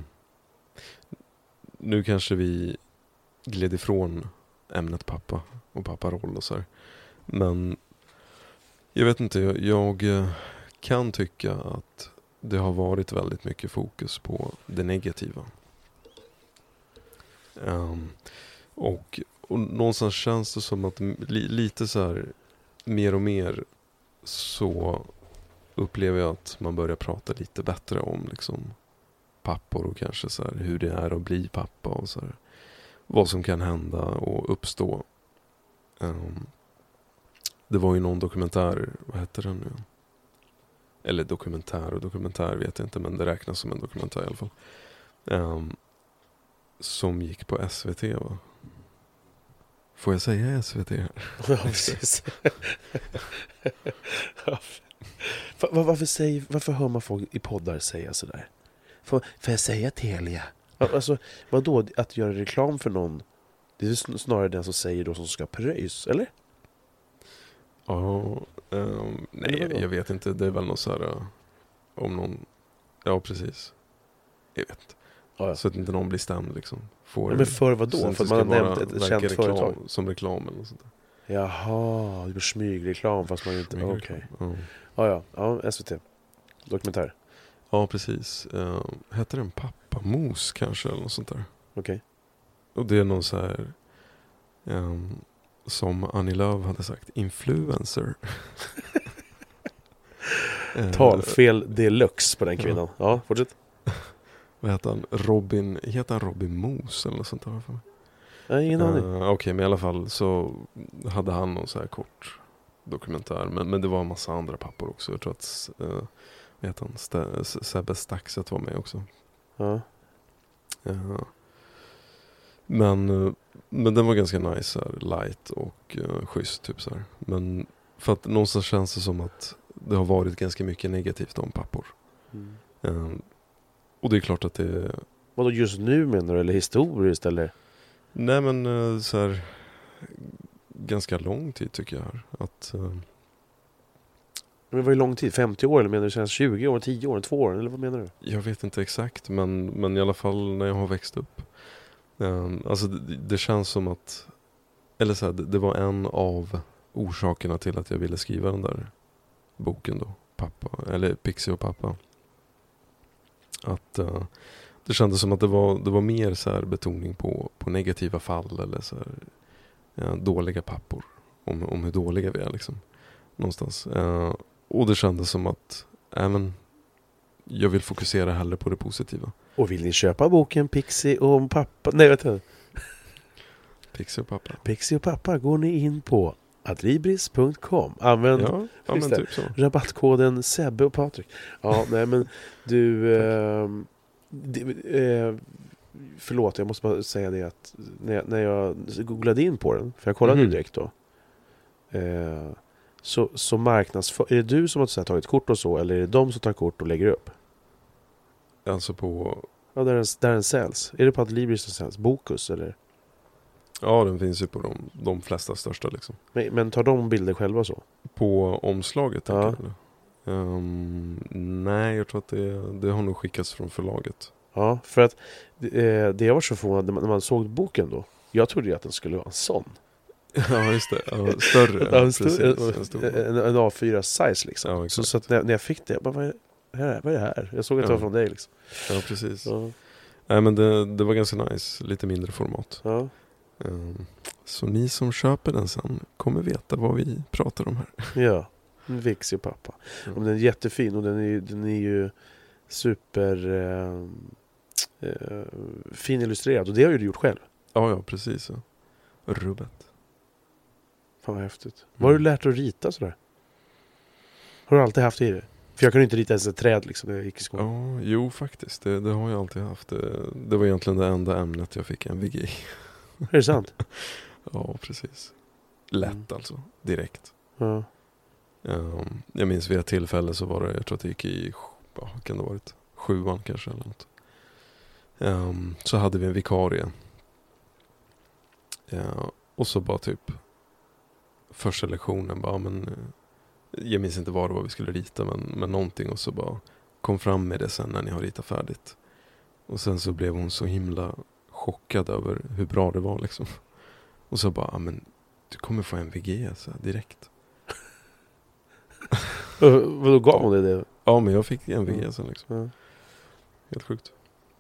nu kanske vi gled ifrån ämnet pappa och papparoll och så här. Men jag vet inte, jag, jag kan tycka att det har varit väldigt mycket fokus på det negativa. Um, och, och någonstans känns det som att li, lite så här mer och mer så upplever jag att man börjar prata lite bättre om liksom pappor och kanske så här hur det är att bli pappa och så här, vad som kan hända och uppstå. Um, det var ju någon dokumentär, vad heter den nu? Eller dokumentär och dokumentär vet jag inte, men det räknas som en dokumentär i alla fall. Um, som gick på S V T, va? Får jag säga S V T här? Ja, precis. Var, varför, säger, varför hör man folk i poddar säga sådär? Får, får jag säga Telia? Alltså, vadå? Att göra reklam för någon, det är snarare den som säger då som ska pröjs, eller? Ja, um, nej, jag, jag vet inte. Det är väl något så här uh, om någon, ja precis. Jag vet. Ja, ja. Så att inte någon blir stämd liksom. Får, ja, men för vad då? För att man har nämnt ett, ett känt reklam, företag. Som reklam eller något sånt där. Jaha, det blir smygreklam fast man inte, okej. Okay. Ja. Ja, ja, ja, S V T. Dokumentär. Ja, precis. Uh, heter den Pappamos kanske eller något sånt där. Okej. Okay. Och det är någon så här Um, som Annie Lööf hade sagt, influencer. Talfel deluxe på den kvinnan. Ja, ja fortsätt. Vad heter han? Robin, heter han Robin Moos eller något sånt där? Nej, ingen aning. Uh, Okej, okay, men i alla fall så hade han någon så här kort dokumentär. Men, men det var en massa andra pappor också. Jag tror att uh, vad heter han? St- Sebbe Staxet var med också. Ja. Uh, men, uh, men den var ganska nice här, light och uh, schysst typ så här. Men för att någonstans känns det som att det har varit ganska mycket negativt om pappor. Mm. Uh, och det är klart att det... Vadå just nu menar du? Eller historiskt eller? Nej men uh, så här... Ganska lång tid tycker jag här. Att... Uh, Men vad är lång tid? femtio år eller menar du känns tjugo år, tio år, två år? Eller vad menar du? Jag vet inte exakt, men, men i alla fall när jag har växt upp. Um, alltså det, det känns som att... Eller så här, det, det var en av orsakerna till att jag ville skriva den där boken då. Pappa, eller Pixie och pappa. Att uh, det kändes som att det var, det var mer så här betoning på, på negativa fall eller så här, ja, dåliga pappor. Om, om hur dåliga vi är liksom. Någonstans. Uh, och det kändes som att även jag vill fokusera hellre på det positiva. Och vill ni köpa boken Pixie och pappa? Nej, vet du. Pixie och pappa. Pixie och pappa går ni in på adlibris punkt com. Använd ja, ja, men typ så. rabattkoden Sebbe och Patrik. Ja, nej men du... eh, eh, förlåt, jag måste bara säga det att när jag, när jag googlade in på den, för jag kollade mm. direkt då. Eh, så, så marknadsför... Är det du som har så här, tagit kort och så, eller är det de som tar kort och lägger upp? Alltså på... Ja, där den, där den säljs. Är det på Adlibris som säljs? Bokus, eller? Ja, den finns ju på de, de flesta största liksom. Men, men tar de bilder själva så? På omslaget, ja. tänker jag. Um, nej, jag tror att det, det har nog skickats från förlaget. Ja, för att eh, det jag var så förvånad när man, när man såg boken då. Jag trodde ju att den skulle vara en sån. Ja, just det. Ja, större. Ja, en, precis, en, en, stor. en, en A fyra size liksom. Ja, så, så att när, när jag fick det, jag bara, vad är det här? Vad är det här? Jag såg att det ja. var från dig liksom. Ja, precis. Ja. Nej, men det, det var ganska nice. Lite mindre format. Ja. Um, så ni som köper den sen kommer veta vad vi pratar om här. Ja, en Pixie och pappa. Ja. Den är jättefin och den är ju, den är ju super eh, eh, fin illustrerad. Och det har ju du gjort själv. Ja, ja, precis. Ja. Rubbet. Fan vad häftigt. Mm. Vad har du lärt dig att rita sådär? Har du alltid haft det i det? För jag kunde inte rita ens ett träd liksom när jag gick i skolan. Ja, jo faktiskt. Det, det har jag alltid haft. Det, det var egentligen det enda ämnet jag fick en V G i. Är det sant? Ja, precis. Lätt mm. alltså. Direkt. Ja. Um, jag minns vid ett tillfälle så var det, jag tror att det gick i, vad kan det ha varit? Sjuan kanske eller något. Um, så hade vi en vikarie. Ja, och så bara typ första lektionen bara, men jag minns inte vad det var vi skulle rita, men, men någonting, och så bara kom fram med det sen när ni har ritat färdigt. Och sen så blev hon så himla chockad över hur bra det var liksom. Och så bara, men du kommer få en V G alltså, direkt. Vadå, gav hon det? Ja, men jag fick en V G sen liksom. Ja. Helt sjukt.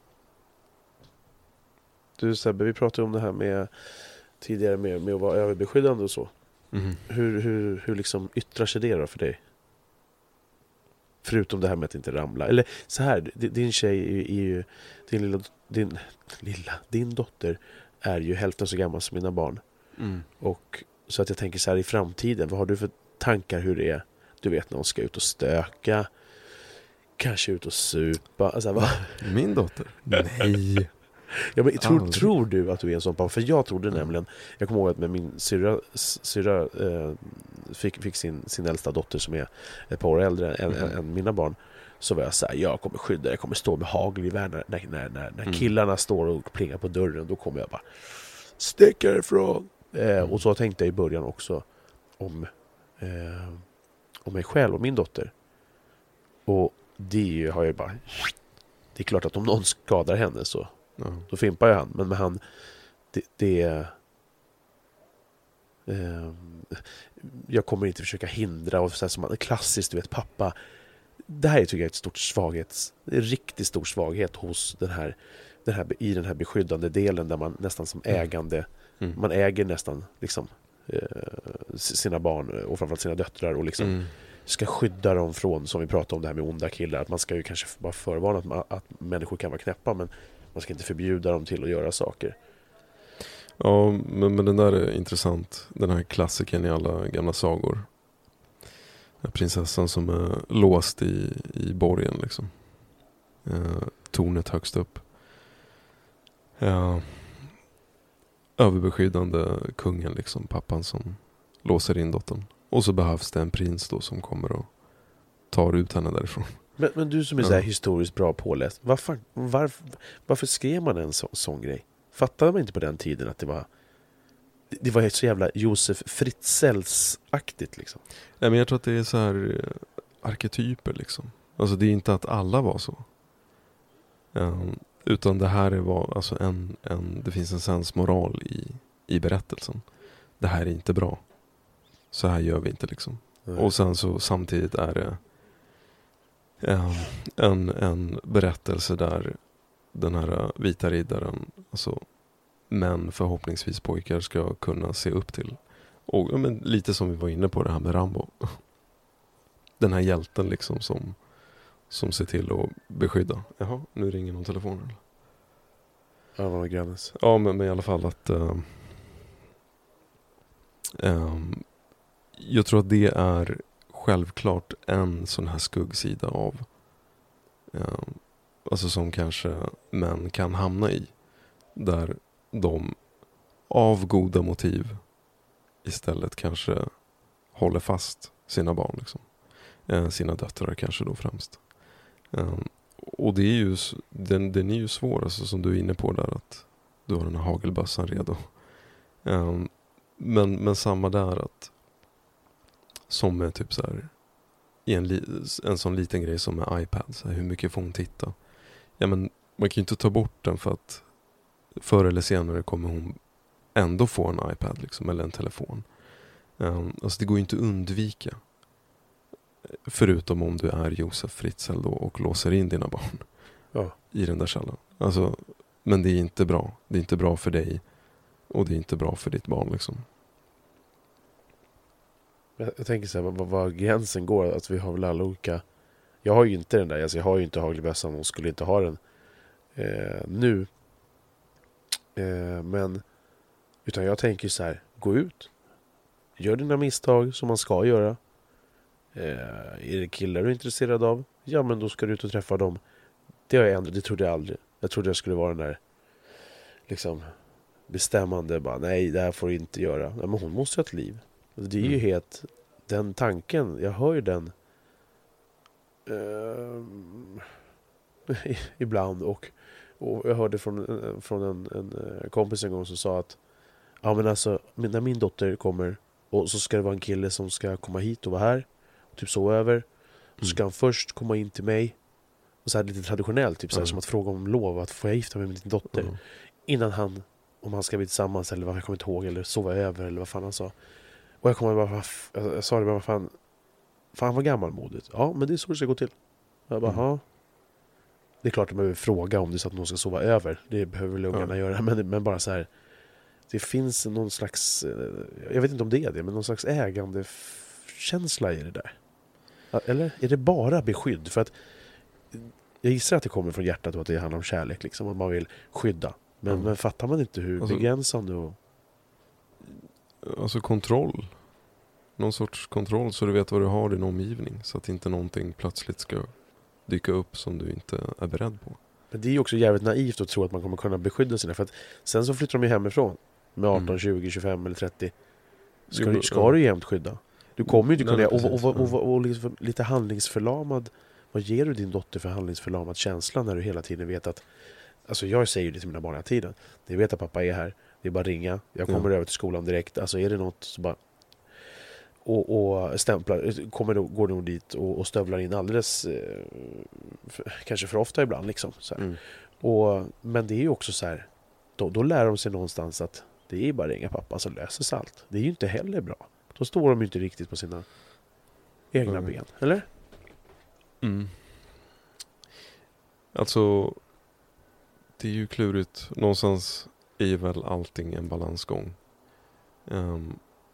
Du Sebbe, vi pratade om det här med tidigare med, med att vara överbeskyddande och så. Mm. Hur, hur, hur liksom yttrar sig det då för dig? Förutom det här med att inte ramla. Eller så här, din tjej är ju, din lilla, din lilla, din dotter är ju hälften så gammal som mina barn. Mm. Och så att jag tänker så här i framtiden, vad har du för tankar hur det är? Du vet när hon ska ut och stöka, kanske ut och supa. Alltså, vad? Min dotter? Nej. Ja, men tror, tror du att du är en sån pappa? För jag trodde mm. nämligen, jag kommer ihåg att med min syrra, syrra eh, fick, fick sin, sin äldsta dotter som är ett par år äldre än, mm. än, än mina barn, så var jag så här, jag kommer skydda, jag kommer stå med hagelgevär när, när, när, när, när mm. killarna står och plingar på dörren, då kommer jag bara stick härifrån. Eh, mm. Och så tänkte jag i början också om, eh, om mig själv och min dotter. Och det har jag bara, det är klart att om någon skadar henne så ja. Då fimpar jag han. Men med han det, det eh, jag kommer inte försöka hindra och så här, som klassiskt, du vet, pappa. Det här tycker jag är ett stort svaghet, en riktigt stor svaghet hos den här den här, i den här beskyddande delen där man nästan som ägande, Mm. man äger nästan liksom eh, sina barn och framförallt sina döttrar och liksom Mm. ska skydda dem från, som vi pratade om det här med onda killar, att man ska ju kanske bara förvarna att, man, att människor kan vara knäppa, men man ska inte förbjuda dem till att göra saker. Ja, men, men den där är intressant. Den här klassiken i alla gamla sagor. Den prinsessan som är låst i, i borgen liksom. Eh, tornet högst upp. Ja, överbeskyddande kungen liksom, pappan som låser in dottern. Och så behövs det en prins då som kommer och tar ut henne därifrån. Men, men du som är Ja. så här historiskt bra påläst, varför, varför, varför skrev man en så, sån grej? Fattade man inte på den tiden att det var det, det var så jävla Josef Fritzels-aktigt liksom? Nej, men jag tror att det är så här eh, arketyper liksom. Alltså det är inte att alla var så. Um, utan det här är var, alltså en, en, det finns en sensmoral i, i berättelsen. Det här är inte bra. Så här gör vi inte liksom. Mm. Och sen så samtidigt är det um, en, en berättelse där den här vita riddaren, alltså män, förhoppningsvis pojkar, ska kunna se upp till. Och ja, men lite som vi var inne på det här med Rambo. Den här hjälten liksom som, som ser till att beskydda. Jaha, nu ringer någon telefon eller? Ja, vad var grannes. Ja, men, men i alla fall att um, um, jag tror att det är självklart en sån här skuggsida av um, alltså som kanske män kan hamna i, där de av goda motiv istället kanske håller fast sina barn liksom. Eh, sina döttrar kanske då främst. Um, och det är ju den, den är ju svår, alltså, som du är inne på där, att du har den här hagelbössan redo. Um, men, men samma där, att som är typ så här i en, li, en sån liten grej som med iPad, så här, hur mycket får hon titta? Ja, men man kan ju inte ta bort den, för att förr eller senare kommer hon ändå få en iPad liksom, eller en telefon. Um, alltså det går ju inte att undvika. Förutom om du är Josef Fritzl då och låser in dina barn Ja. i den där källan. Alltså, men det är inte bra. Det är inte bra för dig. Och det är inte bra för ditt barn liksom. Jag, jag tänker så här, vad, vad gränsen går, att vi har väl alla olika. Jag har ju inte den där, alltså jag har ju inte hagelbössan och skulle inte ha den eh, nu. Eh, men utan jag tänker så här, gå ut. Gör dina misstag som man ska göra. Eh, är det killar du är intresserad av? Ja, men då ska du ut och träffa dem. Det har jag ändrat, det trodde jag aldrig. Jag trodde jag skulle vara den där liksom bestämmande, bara nej, det här får du inte göra. Ja, men hon måste ha ett liv. Det är ju Mm. helt den tanken, jag hör ju den eh, ibland, och, och jag hörde från, från en, en kompis en gång som sa att ja, men alltså, när min dotter kommer och så ska det vara en kille som ska komma hit och vara här och typ sova över, så ska han först komma in till mig och så här lite traditionellt, typ så här, Mm. som att fråga om lov, att får jag gifta mig med din dotter, Mm. innan han, om han ska bli tillsammans eller vad, jag kommer inte ihåg, eller sova över eller vad fan han sa. Och jag kommer bara, jag, jag sa det bara, vad fan, fan vad gammalmodigt. Ja, men det är så det ska gå till. Jag bara, Mm. ja. Det är klart att man behöver fråga om det är så att någon ska sova över. Det behöver väl ungarna Ja. göra, men, men bara så här, det finns någon slags, jag vet inte om det är det, men någon slags ägandekänsla i det där. Eller är det bara beskydd? För att jag gissar att det kommer från hjärtat och att det handlar om kärlek liksom, att man vill skydda. Men, Mm. men fattar man inte hur Alltså- begränsande och... Alltså kontroll. Någon sorts kontroll, så du vet vad du har i din omgivning. Så att inte någonting plötsligt ska dyka upp som du inte är beredd på. Men det är ju också jävligt naivt att tro att man kommer kunna beskydda sina, för att sen så flyttar de ju hemifrån med arton, Mm. tjugo, tjugofem eller trettio. Ska, Jo, du, ska ja. du jämt skydda? Du kommer ju inte Nej, kunna... Och, precis, och, och, ja. och, och liksom lite handlingsförlamad. Vad ger du din dotter för handlingsförlamad känsla när du hela tiden vet att... Alltså jag säger ju det till mina barn hela tiden. Jag vet att pappa är här. Det är bara ringa. Jag kommer Ja. över till skolan direkt. Alltså är det något så bara... Och, och stämplar, kommer då, går nog dit och, och stövlar in alldeles... Eh, för, kanske för ofta ibland liksom. Så här. Mm. Och, men det är ju också så här, då, då lär de sig någonstans att det är bara ringa pappa så löser sig allt. Det är ju inte heller bra. Då står de ju inte riktigt på sina egna Mm. ben, eller? Mm. Alltså det är ju klurigt. Någonstans är ju väl allting en balansgång. Um,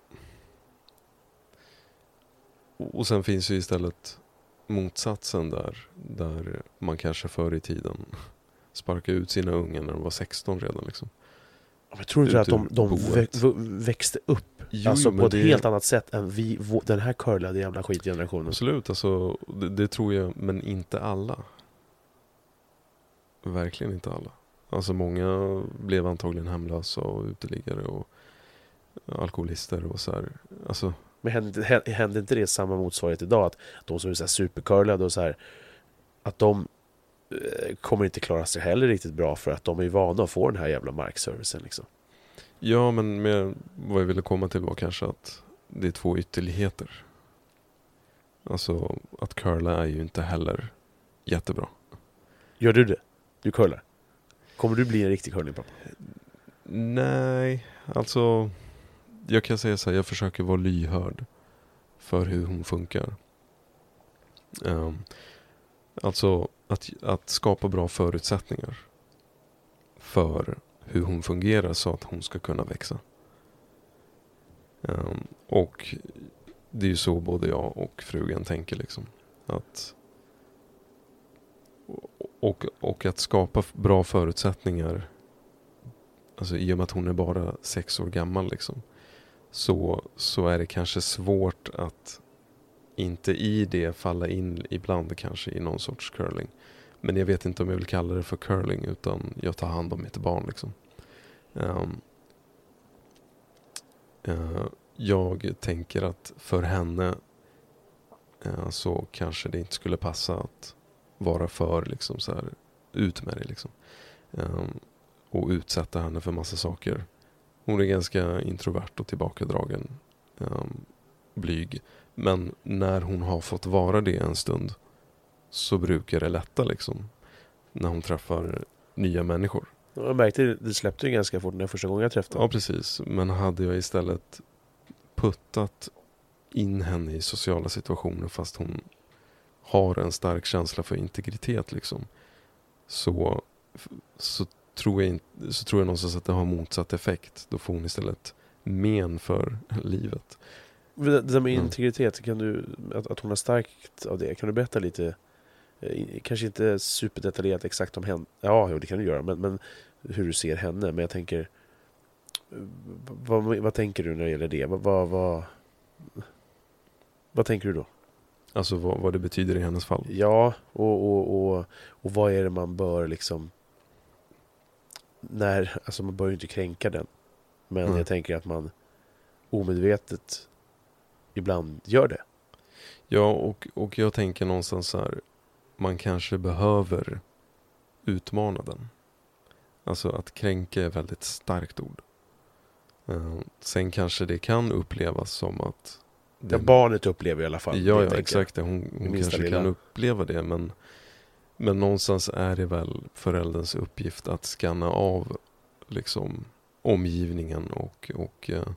och sen finns ju istället motsatsen där, där man kanske förr i tiden sparkade ut sina ungar när de var sexton redan liksom. Jag tror inte Ut att de, ur de boet. vä- växte upp Jo, alltså men på ett det- helt annat sätt än vi, vå- den här curlade jävla skitgenerationen. Absolut, alltså, det, det tror jag, men inte alla. Verkligen inte alla. Alltså många blev antagligen hemlösa och uteliggare och alkoholister och så här. Alltså, Men hände, inte- hä- hände inte det samma motsvarighet idag? Att de som är så här supercurlade och så här, att de eh, kommer inte klara sig heller riktigt bra för att de är vana att få den här jävla markservicen liksom. ja, men med, vad jag ville komma till var kanske att det är två ytterligheter. Alltså att curla är ju inte heller jättebra. Gör du det? Du curlar? Kommer du bli en riktig curlingpappa? Nej, alltså jag kan säga så här, jag försöker vara lyhörd för hur hon funkar. Um, alltså att, att skapa bra förutsättningar för hur hon fungerar så att hon ska kunna växa. Um, och det är ju så både jag och frugan tänker liksom. Att, och, och att skapa bra förutsättningar, alltså i och med att hon är bara sex år gammal liksom, så, så är det kanske svårt att inte i det falla in ibland kanske i någon sorts curling. Men jag vet inte om jag vill kalla det för curling, utan jag tar hand om mitt barn liksom. Um, uh, jag tänker att för henne uh, så kanske det inte skulle passa att vara för liksom så här, ut med det liksom. Um, och utsätta henne för massa saker. Hon är ganska introvert och tillbakadragen, um, blyg. Men när hon har fått vara det en stund så brukar det lätta liksom. När hon träffar nya människor. Jag märkte det, det släppte ju ganska fort när första gången jag träffade. Ja, precis. Men hade jag istället puttat in henne i sociala situationer fast hon har en stark känsla för integritet liksom, så, så, tror jag inte, så tror jag någonstans att det har motsatt effekt. Då får hon istället men för livet. Det där med Mm. integritet, kan du, att, att hon har starkt av det, kan du berätta lite, eh, kanske inte superdetaljerat exakt om henne, ja jo, det kan du göra, men, men hur du ser henne, men jag tänker, vad, vad tänker du när det gäller det? Vad, vad, vad, vad tänker du då? Alltså vad, vad det betyder i hennes fall. Ja, och, och, och, och vad är det man bör liksom, när, alltså man bör ju inte kränka den, men Mm. jag tänker att man omedvetet ibland gör det. Ja, och, och jag tänker någonstans så här, man kanske behöver utmana den. Alltså att kränka är ett väldigt starkt ord. Uh, sen kanske det kan upplevas som att Ja, den, barnet upplever i alla fall. ja, det, ja tänker exakt det. Hon, hon minsta kanske lilla. kan uppleva det, men, men någonstans är det väl förälderns uppgift att skanna av liksom omgivningen och, och uh,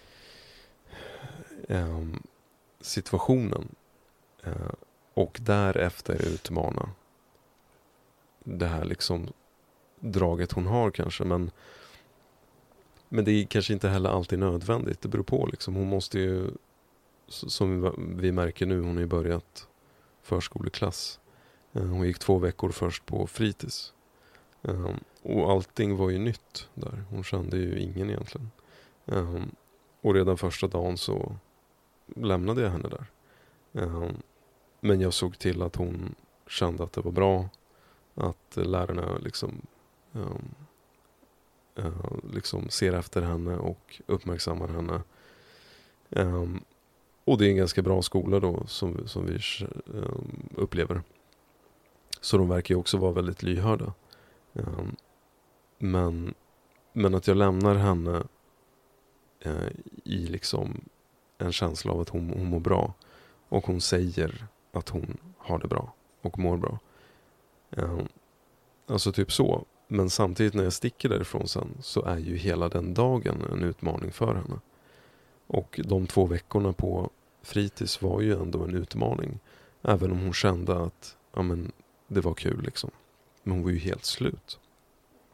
um, situationen. Uh, och därefter utmana det här liksom draget hon har kanske, men men det är kanske inte heller alltid nödvändigt. Det beror på liksom. Hon måste ju, som vi märker nu, hon har ju börjat förskoleklass. Uh, hon gick två veckor först på fritids. Um, och allting var ju nytt där. Hon kände ju ingen egentligen. Um, och redan första dagen så lämnade jag henne där. Um, men jag såg till att hon kände att det var bra. Att lärarna liksom, um, uh, liksom ser efter henne och uppmärksammar henne. Um, och det är en ganska bra skola då som, som vi um, upplever. Så de verkar ju också vara väldigt lyhörda. Um, men, men att jag lämnar henne uh, i liksom en känsla av att hon, hon mår bra. Och hon säger att hon har det bra och mår bra. Um, alltså typ så. Men samtidigt när jag sticker därifrån sen så är ju hela den dagen en utmaning för henne. Och de två veckorna på fritids var ju ändå en utmaning. Även om hon kände att ja, men, det var kul liksom. Men hon var ju helt slut.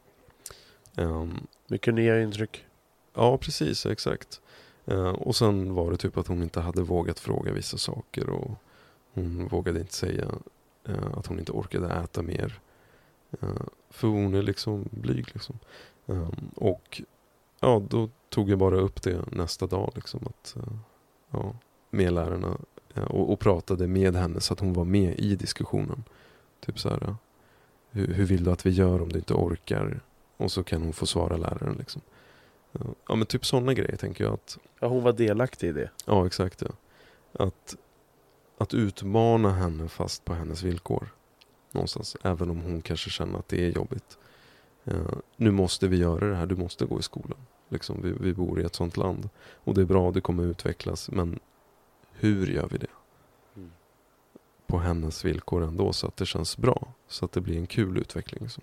Um, Mycket nya intryck. ja, precis, exakt. Uh, och sen var det typ att hon inte hade vågat fråga vissa saker och hon vågade inte säga uh, att hon inte orkade äta mer. Uh, för hon är liksom blyg liksom. Um, och ja, då tog jag bara upp det nästa dag liksom att uh, ja, med lärarna uh, och, och pratade med henne så att hon var med i diskussionen. Typ så här, uh, hur, hur vill du att vi gör om du inte orkar? Och så kan hon få svara läraren liksom. Uh, ja, men typ sådana grejer tänker jag att... Ja, hon var delaktig i det. Ja, exakt. Ja. Att, att utmana henne fast på hennes villkor. Någonstans. Även om hon kanske känner att det är jobbigt. Uh, nu måste vi göra det här. Du måste gå i skolan. Liksom, vi, vi bor i ett sånt land. Och det är bra, det kommer utvecklas. Men hur gör vi det? Mm. På hennes villkor ändå. Så att det känns bra. Så att det blir en kul utveckling. Liksom.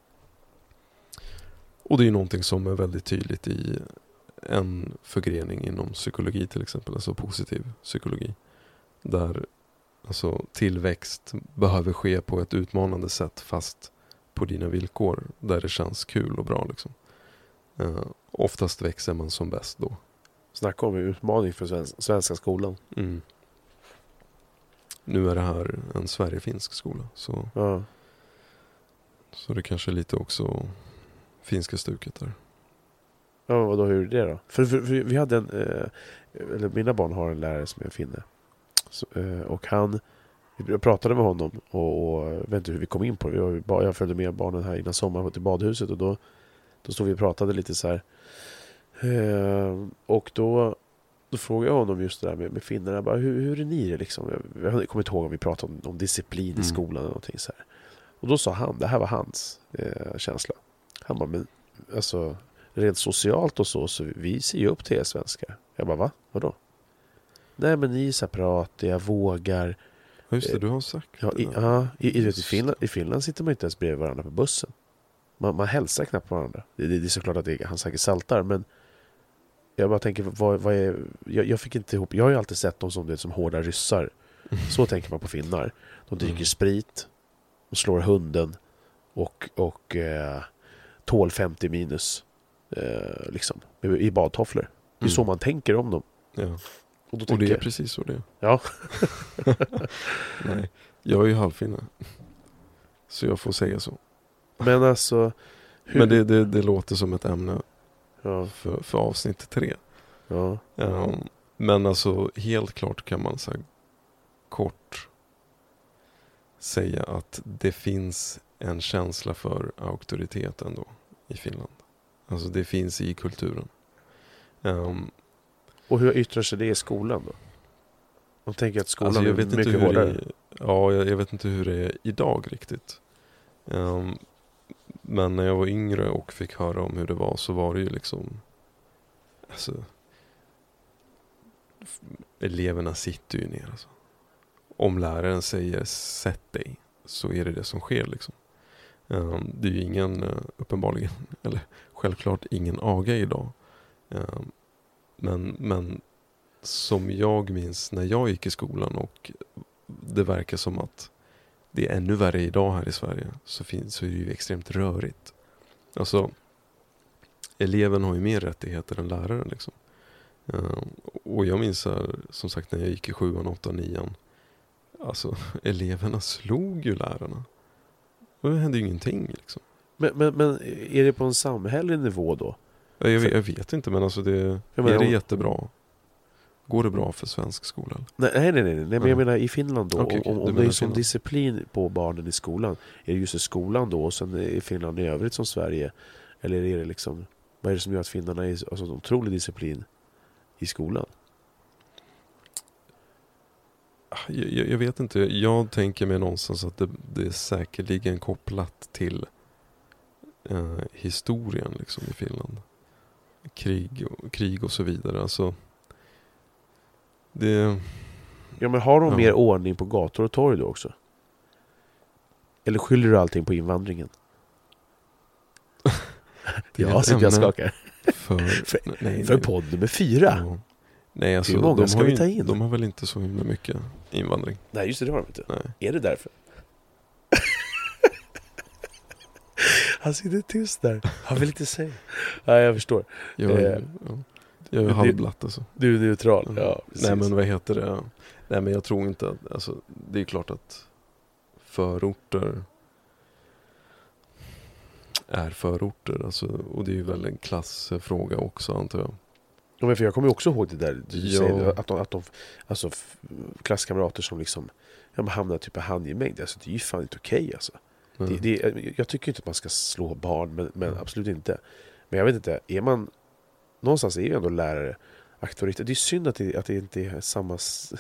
Och det är någonting som är väldigt tydligt i en förgrening inom psykologi till exempel. Alltså positiv psykologi. Där alltså, tillväxt behöver ske på ett utmanande sätt fast på dina villkor. Där det känns kul och bra. Liksom. Uh, oftast växer man som bäst då. Snacka om utmaning för svenska, svenska skolan. Mm. Nu är det här en Sverige-finsk skola. Så, Ja. så det kanske är lite också finska stuket där. Ja, vadå, hur är det då? För, för, för vi hade en, eh, eller mina barn har en lärare som är finne. Så, eh, och han, jag pratade med honom och, och jag vet inte hur vi kom in på det. Jag, jag följde med barnen här innan sommaren till badhuset och då, då stod vi och pratade lite så här. Eh, och då, då frågade jag honom just det där med, med finnarna. Bara, hur, hur är ni det liksom? Jag, jag kommer inte ihåg om vi pratade om, om disciplin Mm. i skolan eller någonting så här. Och då sa han, det här var hans eh, känsla. Han bara, men alltså rent socialt och så, så vi ser ju upp till er svenskar. Jag bara, va? Vadå? Nej, men ni är så här pratiga, vågar. Ja, just det, du har sagt Ja, det i, där. ja i, i, vet, i, Finland, I Finland sitter man inte ens bredvid varandra på bussen. Man, man hälsar knappt på varandra. Det, det, det är såklart att det, han säkert saltar, men jag bara tänker, vad, vad är, jag, jag fick inte ihop, jag har ju alltid sett dem som, det, som hårda ryssar. Så tänker man på finnar. De dricker Mm. sprit, de slår hunden och, och eh, tål femtio minus eh, liksom, i, i badtofflor. Det är Mm. så man tänker om dem. Ja. Och, då Och tänker det är jag, precis så det är. ja. Nej, jag är ju halvfinne. Så jag får säga så. Men alltså hur, Men det, det, det låter som ett ämne ja, för, för avsnitt tre. ja. Um, men alltså helt klart kan man så här, kort säga att det finns en känsla för auktoritet ändå i Finland. Alltså det finns i kulturen. Um, Och hur yttrar sig det i skolan då? Man tänker att skolan alltså jag är vet inte mycket hur hårdare. det, ja, jag, jag vet inte hur det är idag riktigt. Um, men när jag var yngre och fick höra om hur det var så var det ju liksom alltså f- eleverna sitter ju ner alltså. Om läraren säger sätt dig så är det det som sker liksom. Um, det är ju ingen uh, uppenbarligen eller självklart ingen aga idag. Um, men, men som jag minns när jag gick i skolan och det verkar som att det är ännu värre idag här i Sverige så, finns, så är det ju extremt rörigt. Alltså eleven har ju mer rättigheter än läraren liksom. Uh, och jag minns här, som sagt när jag gick i sjuan, åttan, nian alltså eleverna slog ju lärarna. Och det hände ju ingenting liksom. Men, men, men är det på en samhällelig nivå då? Jag, jag, jag vet inte men alltså det, Jag är menar, det om- jättebra? Går det bra för svensk skola? Nej, nej, nej, nej, nej. Men jag Mm. menar i Finland då, Okej, okej. om, Du om det menar är sån Finland. disciplin på barnen i skolan, är det just i skolan då och sen i Finland i övrigt som Sverige? Eller är det liksom, vad är det som gör att finnarna är alltså, en otrolig disciplin i skolan? Jag, jag, jag vet inte. Jag tänker mig någonstans att det, det är säkerligen kopplat till eh, historien liksom i Finland. Krig och, krig och så vidare. Alltså, det, Ja, men har de Ja. mer ordning på gator och torg då också? Eller skyller du allting på invandringen? det är Ja, ett så jag ämne skakar. För, För- nej, För nej. podd nummer fyra. Ja. Nej, alltså, Hur många de, ska har vi ju, ta in? de har väl inte så himla mycket invandring. Nej, just det, det har de inte. Nej. Är det därför? Han sitter tyst där. Han vill inte säga. Nej, jag förstår. Jag är, Eh, ja. jag är du- halvblatt alltså. Du är neutral. Ja, precis. Nej men vad heter det? Nej men jag tror inte att, alltså, det är klart att förorter är förorter. Alltså, och det är ju väl en klassfråga också antar jag. Ja, men för jag kommer ju också ihåg det där du Ja. säger, att de, att de alltså, f- klasskamrater som liksom ja, men hamnar typ i handgemängd. Alltså, det är ju fan inte okej alltså. Mm. Det, det, jag tycker inte att man ska slå barn, men, men absolut inte. Men jag vet inte, är man... Någonstans är ju ändå lärare auktoritet. Det är synd att det, att det inte är samma s-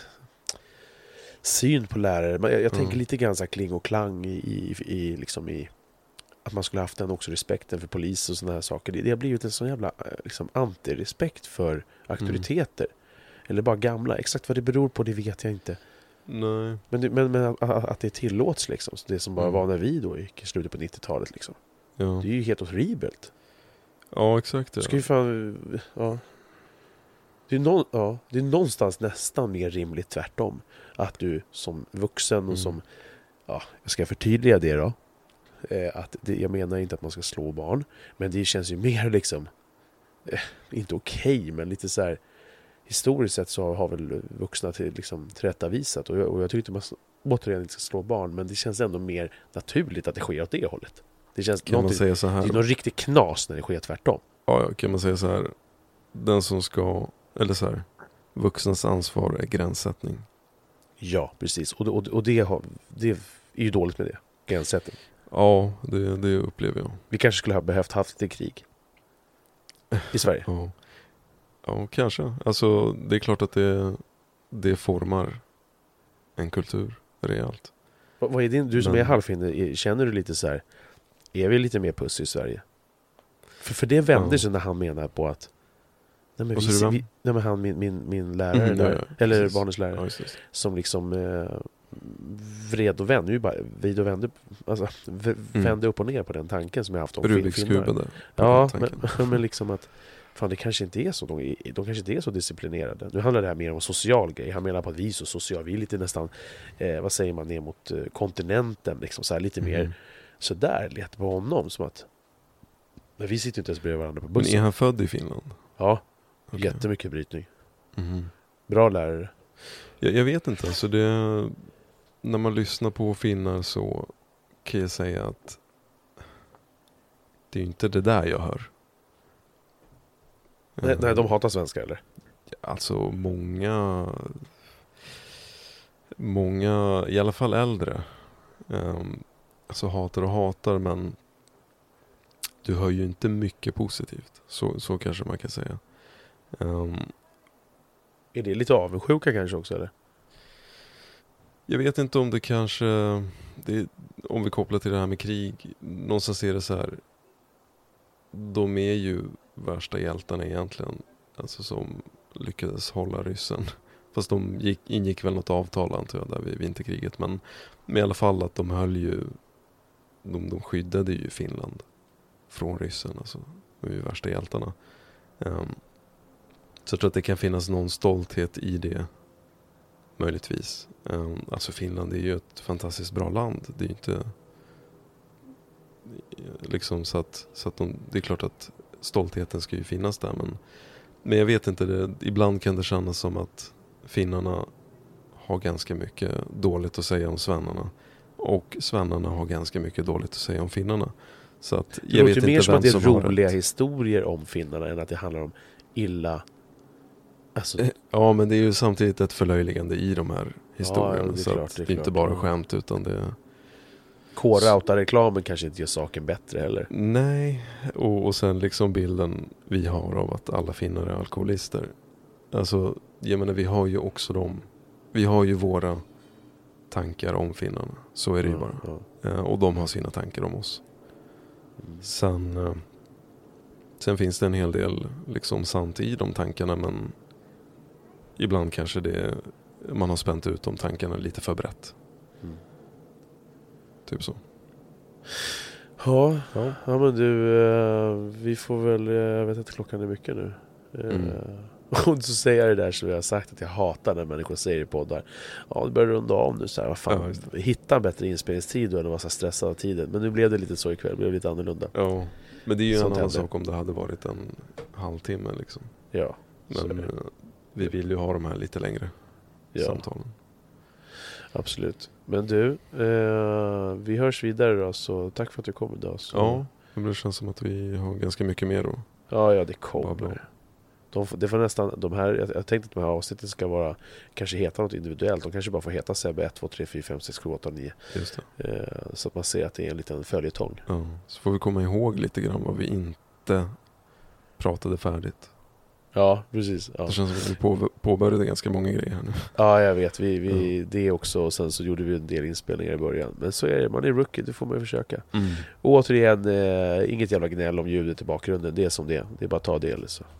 syn på lärare. Men jag, jag Mm. tänker lite grann så här kling och klang i, i, i, liksom i... Att man skulle haft den också respekten för polis och såna här saker. Det, det har blivit en sån jävla eh, liksom, antirespekt för auktoriteter. Eller bara gamla. Exakt vad det beror på, det vet jag inte. Nej. Men, det, men, men att, att det tillåts liksom. Så det som bara Mm. var när vi då gick i slutet på nittiotalet liksom. Ja. Det är ju helt horribelt. Ja exakt. Du Ja. ska ju fan... Ja. Det är, någon, ja, det är någonstans nästan mer rimligt tvärtom. Att du som vuxen och Mm. som... Ja, jag ska förtydliga det då. Eh, att det, jag menar inte att man ska slå barn. Men det känns ju mer liksom... Eh, inte okej, men lite så här... Historiskt sett så har väl vuxna till, liksom, tillrättavisat. Och jag, och jag tycker inte man s- återigen inte ska slå barn. Men det känns ändå mer naturligt att det sker åt det hållet. Det känns Kan man någonting- säga så här? det är någon riktig knas när det sker tvärtom. Ja, ja, kan man säga så här. Den som ska, eller så här. Vuxnas ansvar är gränssättning. Ja, precis. Och, och, och det, har, det är ju dåligt med det. Gränssättning. Ja, det, det upplever jag. Vi kanske skulle ha behövt haft ett krig. I Sverige. Ja. Ja, kanske. Alltså, det är klart att det, det formar en kultur rejält. Vad, vad är din, du som Men- är halvfinne, är- känner du lite så här, är vi lite mer puss i Sverige? För, för det vände Ja. sig när han menar på att nej men, Vad vi, sa du, vem? vi, nej men han, min, min, min lärare, Mm, ja, där, ja, eller precis. barnens lärare, Ja, just det. som liksom eh, vred och vände, nu bara vid och vände, alltså, v- Mm. vände upp och ner på den tanken som jag haft om Rubiks film- filmer. kub där. Ja, Den men, tanken. men liksom att fan, det kanske inte är så. De, är- de kanske inte är så disciplinerade. Nu handlar det här mer om social grej. Han menar på att vi är så sociala. Vi är lite nästan, eh, vad säger man, ner mot eh, kontinenten. Liksom, så här, lite mer Mm. så där lät på honom. Som att, men vi sitter inte ens bredvid varandra på Men bussen. är han född i Finland? Ja, Okej. jättemycket brytning. Mhm. Bra lärare. Jag, jag vet inte, alltså det, när man lyssnar på finnar så kan jag säga att det är ju inte det där jag hör. Nej, Eh, nej, de hatar svenskar eller? Alltså många, många, i alla fall äldre, um, alltså hatar och hatar, men du hör ju inte mycket positivt. Så, så kanske man kan säga. Um, Är det lite avundsjuka kanske också eller? Jag vet inte om det kanske, det, om vi kopplar till det här med krig, någonstans är det så här, de är ju värsta hjältarna egentligen, alltså som lyckades hålla ryssen. Fast de gick, ingick väl något avtal antar jag där vid vinterkriget, men men i alla fall att de höll ju, de, de skyddade ju Finland från ryssen, alltså de är ju värsta hjältarna. Um, så jag tror att det kan finnas någon stolthet i det. Möjligtvis. Um, alltså Finland är ju ett fantastiskt bra land. Det är ju inte liksom så att, så att de, det är klart att stoltheten ska ju finnas där, men, men jag vet inte, det, ibland kan det kännas som att finnarna har ganska mycket dåligt att säga om svennarna och svennarna har ganska mycket dåligt att säga om finnarna. Så att Det jag låter vet mer inte som vem att det är som har roliga rätt. historier om finnarna än att det handlar om illa. Alltså, Eh, Ja, men det är ju samtidigt ett förlöjligande i de här historierna. det är så klart, att det är det är inte klart, bara ja. skämt utan det är... K-Rauta-reklamen kanske inte gör saken bättre heller. Nej, och, och sen liksom bilden vi har av att alla finnar är alkoholister. Alltså, jag menar vi har ju också dem. Vi har ju våra tankar om finnarna. Så är det ju Ja, bara. ja. Eh, och de har sina tankar om oss. Mm. Sen, eh, sen finns det en hel del liksom sant i de tankarna, men ibland kanske det man har spänt ut de tankarna lite för brett. Mm. Typ så. Ja, ja, men du, eh, vi får väl, eh, jag vet att klockan är mycket nu. Eh, Mm. Och så säger jag det där som jag har sagt att jag hatar när människor säger i poddar. Ja, du börjar runda av nu så här, vad fan, Ja, hitta en bättre inspelningstid då än att vara så stressad av tiden. Men nu blev det lite så ikväll, det blev lite annorlunda. Ja, men det är ju en Sånt annan händer. sak om det hade varit en halvtimme liksom. Ja, så är Men det. eh, vi vill ju ha de här lite längre Ja, samtalen. absolut. Men du, eh, vi hörs vidare då, så tack för att du kom idag. Så. Ja, men det känns som att vi har ganska mycket mer då. Ja, ja, det Babbla om. kommer. De, får- det får nästan, de här, jag, jag tänkte att de här avsnitten ska vara, kanske heta något individuellt. De kanske bara får heta Sebbe ett, två, tre, fyra, fem, sex, sju, åtta, nio. Just det. Eh, så att man ser att det är en liten följetong. Ja. Så får vi komma ihåg lite grann vad vi inte pratade färdigt. Ja, precis. Ja, Det känns som att vi på, påbörjade ganska många grejer här nu. ja jag vet. Vi, vi, Det också. Och sen så gjorde vi en del inspelningar i början. Men så är det, man är rookie, det får man ju försöka. Mm. Och återigen, eh, inget jävla gnäll om ljudet i bakgrunden. Det är som det är. Det är bara att ta del så,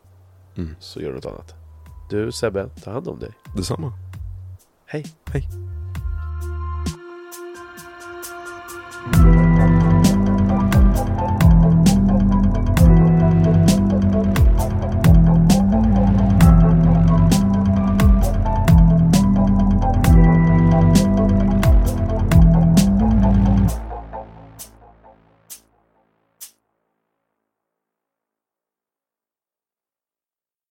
Mm. så gör du något annat. Du Sebbe, ta hand om dig. Detsamma. Hej. Hej.